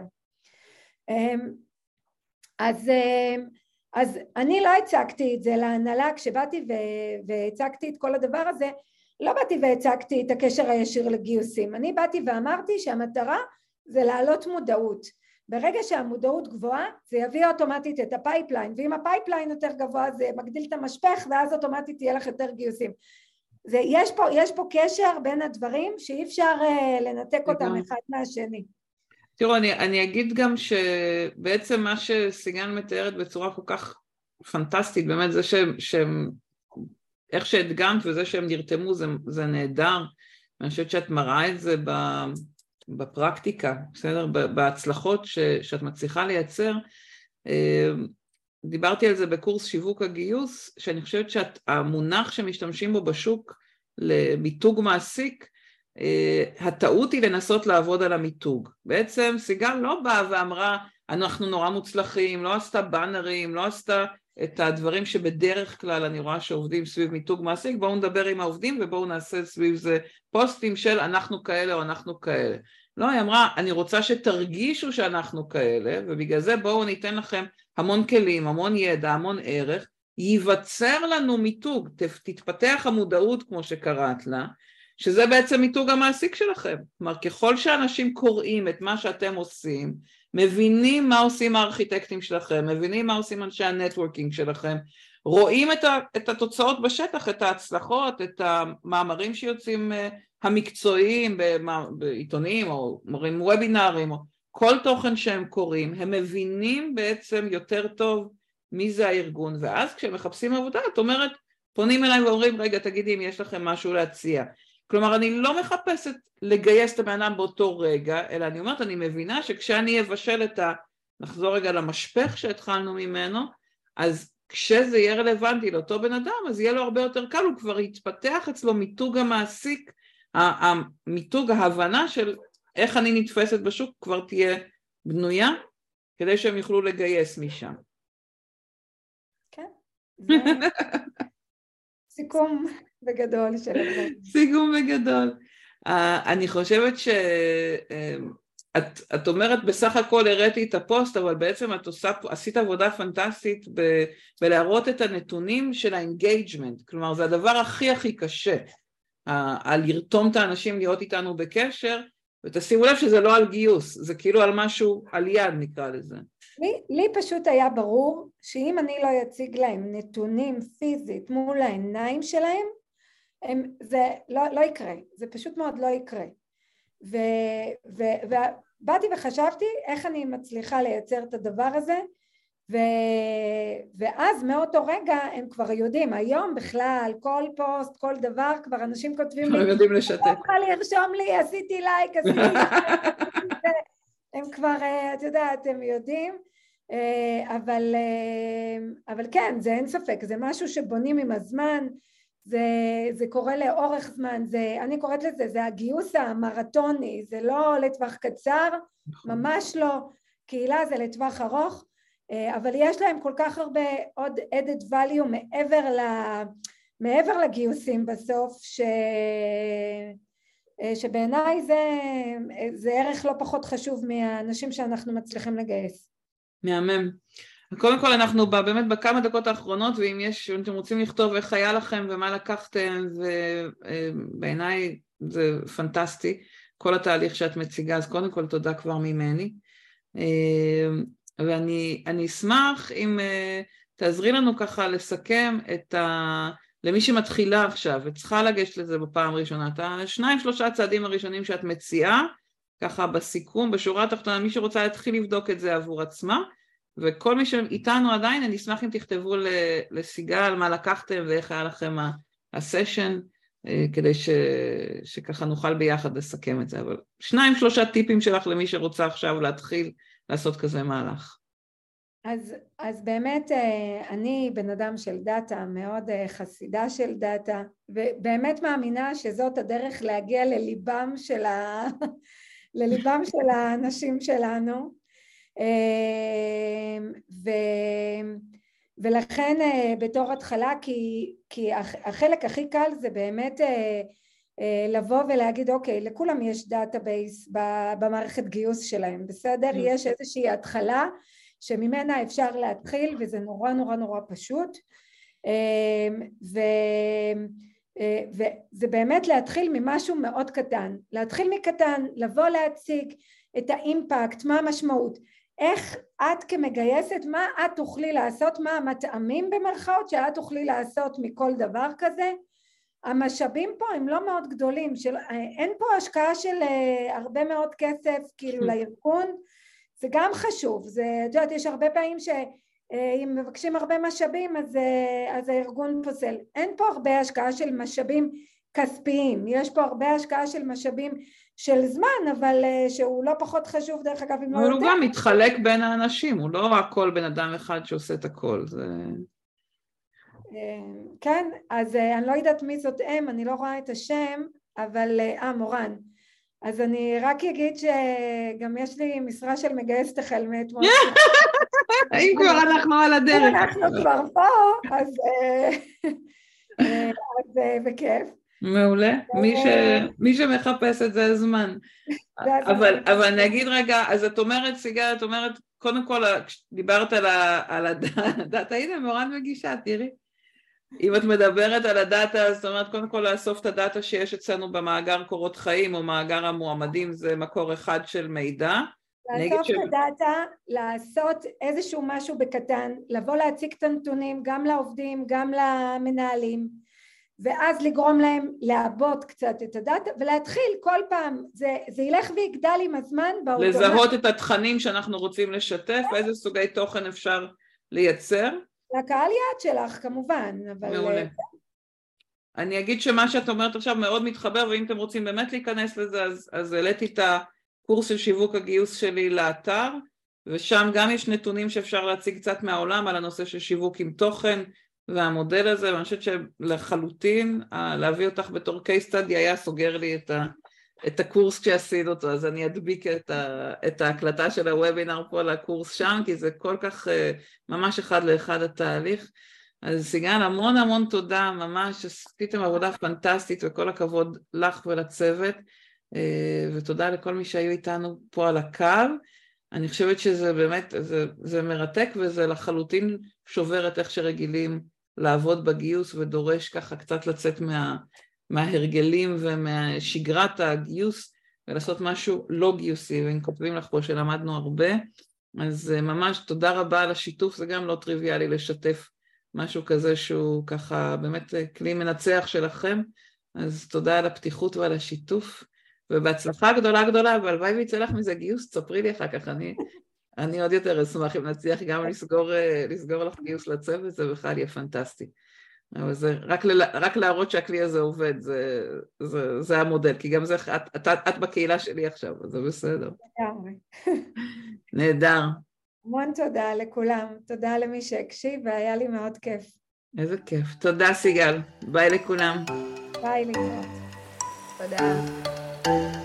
אז אני לא הצגתי את זה להנהלה, כשבאתי והצגתי את כל הדבר הזה, לא באתי והצגתי את הקשר הישיר לגיוסים, אני באתי ואמרתי שהמטרה זה להעלות מודעות, ברגע שהמודעות גבוהה זה יביא אוטומטית את הפייפליין, ואם הפייפליין יותר גבוה זה מגדיל את המשפך ואז אוטומטית תהיה לך יותר גיוסים. יש פה קשר בין הדברים שאי אפשר לנתק אותם אחד מהשני. תראו, אני אגיד גם שבעצם מה שסיגל מתארת בצורה כל כך פנטסטית, באמת זה איך שהדגמת וזה שהם נרתמו זה נהדר, אני חושבת שאת מראה את זה בפרקטיקה, בסדר? בהצלחות שאת מצליחה לייצר. דיברתי על זה בקורס שיווק הגיוס, שאני חושבת שהמונח שמשתמשים בו בשוק למיתוג מעסיק, הטעות היא לנסות לעבוד על המיתוג. בעצם סיגל לא באה ואמרה, אנחנו נורא מוצלחים, לא עשתה בנרים, לא עשתה את הדברים שבדרך כלל אני רואה שעובדים סביב מיתוג מעסיק, בואו נדבר עם העובדים ובואו נעשה סביב זה פוסטים של אנחנו כאלה או אנחנו כאלה. לא, היא אמרה, אני רוצה שתרגישו שאנחנו כאלה, ובגלל זה בואו ניתן לכם המון כלים, המון ידע, המון ערך, ייווצר לנו מיתוג, תתפתח המודעות כמו שקראת לה, שזה בעצם מיתוג המעסיק שלכם. כלומר, ככל שאנשים קוראים את מה שאתם עושים, מבינים מה עושים הארכיטקטים שלכם, מבינים מה עושים אנשי הנטוורקינג שלכם, רואים את התוצאות בשטח, את ההצלחות, את המאמרים שיוצאים המקצועיים בעיתונים או מורים וובינרים, או כל תוכן שהם קוראים, הם מבינים בעצם יותר טוב מי זה הארגון, ואז כשהם מחפשים עבודה, את אומרת, פונים אליי ואומרים, רגע, תגידי אם יש לכם משהו להציע. כלומר, אני לא מחפשת לגייס את הבן באותו רגע, אלא אני אומרת, אני מבינה שכשאני אבשל נחזור רגע למשפך שהתחלנו ממנו, אז כשזה יהיה רלוונטי לאותו בן אדם, אז יהיה לו הרבה יותר קל, הוא כבר יתפתח אצלו מיתוג המעסיק, מיתוג ההבנה של איך אני נתפסת בשוק כבר תהיה בנויה, כדי שהם יוכלו לגייס משם. כן, זה סיכום בגדול של הדברים. סיכום בגדול. אני חושבת את אומרת בסך הכל הראיתי את הפוסט, אבל בעצם את עשית עבודה פנטסטית בלהראות את הנתונים של האנגייג'מנט, כלומר זה הדבר הכי קשה, על לרתום את האנשים להיות איתנו בקשר, ותשימו לב שזה לא על גיוס, זה כאילו על משהו, על יד נקרא לזה. לי פשוט היה ברור שאם אני לא יציג להם נתונים פיזית מול העיניים שלהם, זה לא יקרה, זה פשוט מאוד לא יקרה. ובאתי וחשבתי איך אני מצליחה לייצר את הדבר הזה, ואז מאותו רגע הם כבר יודעים, היום בכלל כל פוסט, כל דבר, כבר אנשים כותבים לי, יודעים לשתף. אני צריכה לרשום לי, עשיתי לייק, הם כבר, את יודעת, הם יודעים, אבל כן, זה אין ספק, זה משהו שבונים עם הזמן, זה קורה לאורך זמן, אני קוראת לזה, זה הגיוס המרתוני, זה לא לטווח קצר, ממש לא, קהילה זה לטווח ארוך, אבל יש להם כל כך הרבה עוד added value מעבר לגיוסים בסוף, שבעיניי זה ערך לא פחות חשוב מהאנשים שאנחנו מצליחים לגייס. מהמם. קודם כל אנחנו באמת בכמה דקות האחרונות, ואם אתם רוצים לכתוב איך היה לכם ומה לקחתם, ובעיניי זה פנטסטי, כל התהליך שאת מציגה, אז קודם כל תודה כבר ממני. ואני אשמח אם תעזרי לנו ככה לסכם למי שמתחילה עכשיו, וצריכה לגשת לזה בפעם ראשונה, את 2-3 צעדים הראשונים שאת מציעה, ככה בסיכום, בשורה התחתונה, מי שרוצה להתחיל לבדוק את זה עבור עצמה, וכל מי שאיתנו עדיין, אני אשמח אם תכתבו לסיגל מה לקחתם ואיך היה לכם הסשן, כדי שככה נוכל ביחד לסכם את זה, אבל 2-3 טיפים שלך למי שרוצה עכשיו להתחיל לעשות כזה מהלך. אז באמת אני בן אדם של דאטה, מאוד חסידה של דאטה, ובאמת מאמינה שזאת הדרך להגיע לליבם לליבם של האנשים שלנו, ולכן בתור התחלה, כי החלק הכי קל זה באמת לבוא ולהגיד אוקיי, לכולם יש דאטאבייס במערכת גיוס שלהם, בסדר? יש איזושהי התחלה שממנה אפשר להתחיל, וזה נורא נורא נורא פשוט, וזה באמת להתחיל ממשהו מאוד קטן, להתחיל מקטן, לבוא להציג את האימפקט, מה המשמעות, איך את כמגייסת, מה את תוכלי לעשות, מה המטעמים במרכאות שאת תוכלי לעשות מכל דבר כזה. המשאבים פה הם לא מאוד גדולים, אין פה השקעה של הרבה מאוד כסף כאילו לארגון, זה גם חשוב, זה, את יודעת, יש הרבה פעמים שאם מבקשים הרבה משאבים אז הארגון פוסל, אין פה הרבה השקעה של משאבים כספיים, יש פה הרבה השקעה של משאבים של זמן, אבל שהוא לא פחות חשוב דרך אגב, אם לא יותר. אבל הוא גם מתחלק בין האנשים, הוא לא הכל בן אדם אחד שעושה את הכל, זה... כן, אז אני לא יודעת מי זאת אני לא רואה את השם, אבל מורן, אז אני רק אגיד שגם יש לי משרה של מגייסת החל מאתמול. אם כבר אנחנו על הדרך. אנחנו כבר פה, אז בכיף. מעולה, מי שמחפש את זה הזמן. אבל אני אגיד רגע, אז את אומרת, סיגל, את אומרת, קודם כל, דיברת על הדאטה, הנה מורן מגישה, תראי. אם את מדברת על הדאטה, זאת אומרת, קודם כל לאסוף את הדאטה שיש אצלנו במאגר קורות חיים, או מאגר המועמדים, זה מקור אחד של מידע. לאסוף את הדאטה, לעשות איזשהו משהו בקטן, לבוא להציג את הנתונים, גם לעובדים, גם למנהלים, ואז לגרום להם לעבוד קצת את הדאטה, ולהתחיל כל פעם, זה ילך ויגדל עם הזמן. לזהות את התכנים שאנחנו רוצים לשתף, איזה סוגי תוכן אפשר לייצר. לקהל יעד שלך כמובן, אבל... מעולה. אני אגיד שמה שאת אומרת עכשיו מאוד מתחבר, ואם אתם רוצים באמת להיכנס לזה, אז העליתי את הקורס של שיווק הגיוס שלי לאתר, ושם גם יש נתונים שאפשר להציג קצת מהעולם על הנושא של שיווק עם תוכן, והמודל הזה, ואני חושבת שלחלוטין, להביא אותך בתור case study היה סוגר לי את הקורס כשעשית אותו, אז אני אדביק את ההקלטה של הוובינר פה לקורס שם, כי זה כל כך ממש אחד לאחד התהליך. אז סיגל, המון המון תודה, ממש עשיתם עבודה פנטסטית, וכל הכבוד לך ולצוות, ותודה לכל מי שהיו איתנו פה על הקו. אני חושבת שזה באמת, זה מרתק, וזה לחלוטין שובר את איך שרגילים לעבוד בגיוס, ודורש ככה קצת לצאת מההרגלים ומהשגרת הגיוס, ולעשות משהו לא גיוסי, והם כותבים לך פה שלמדנו הרבה, אז ממש תודה רבה על השיתוף, זה גם לא טריוויאלי לשתף משהו כזה שהוא ככה באמת כלי מנצח שלכם, אז תודה על הפתיחות ועל השיתוף, ובהצלחה גדולה גדולה, והלוואי ויצא לך מזה גיוס, תספרי לי אחר כך, אני עוד יותר אשמח אם נצליח גם לסגור לך גיוס לצוות, זה בכלל יהיה פנטסטי. אבל זה רק להראות שהכלי הזה עובד, זה המודל, כי גם זה, את בקהילה שלי עכשיו, אז זה בסדר. נהדר. המון תודה לכולם, תודה למי שהקשיב, והיה לי מאוד כיף. איזה כיף. תודה סיגל, ביי לכולם. ביי להתראות. תודה.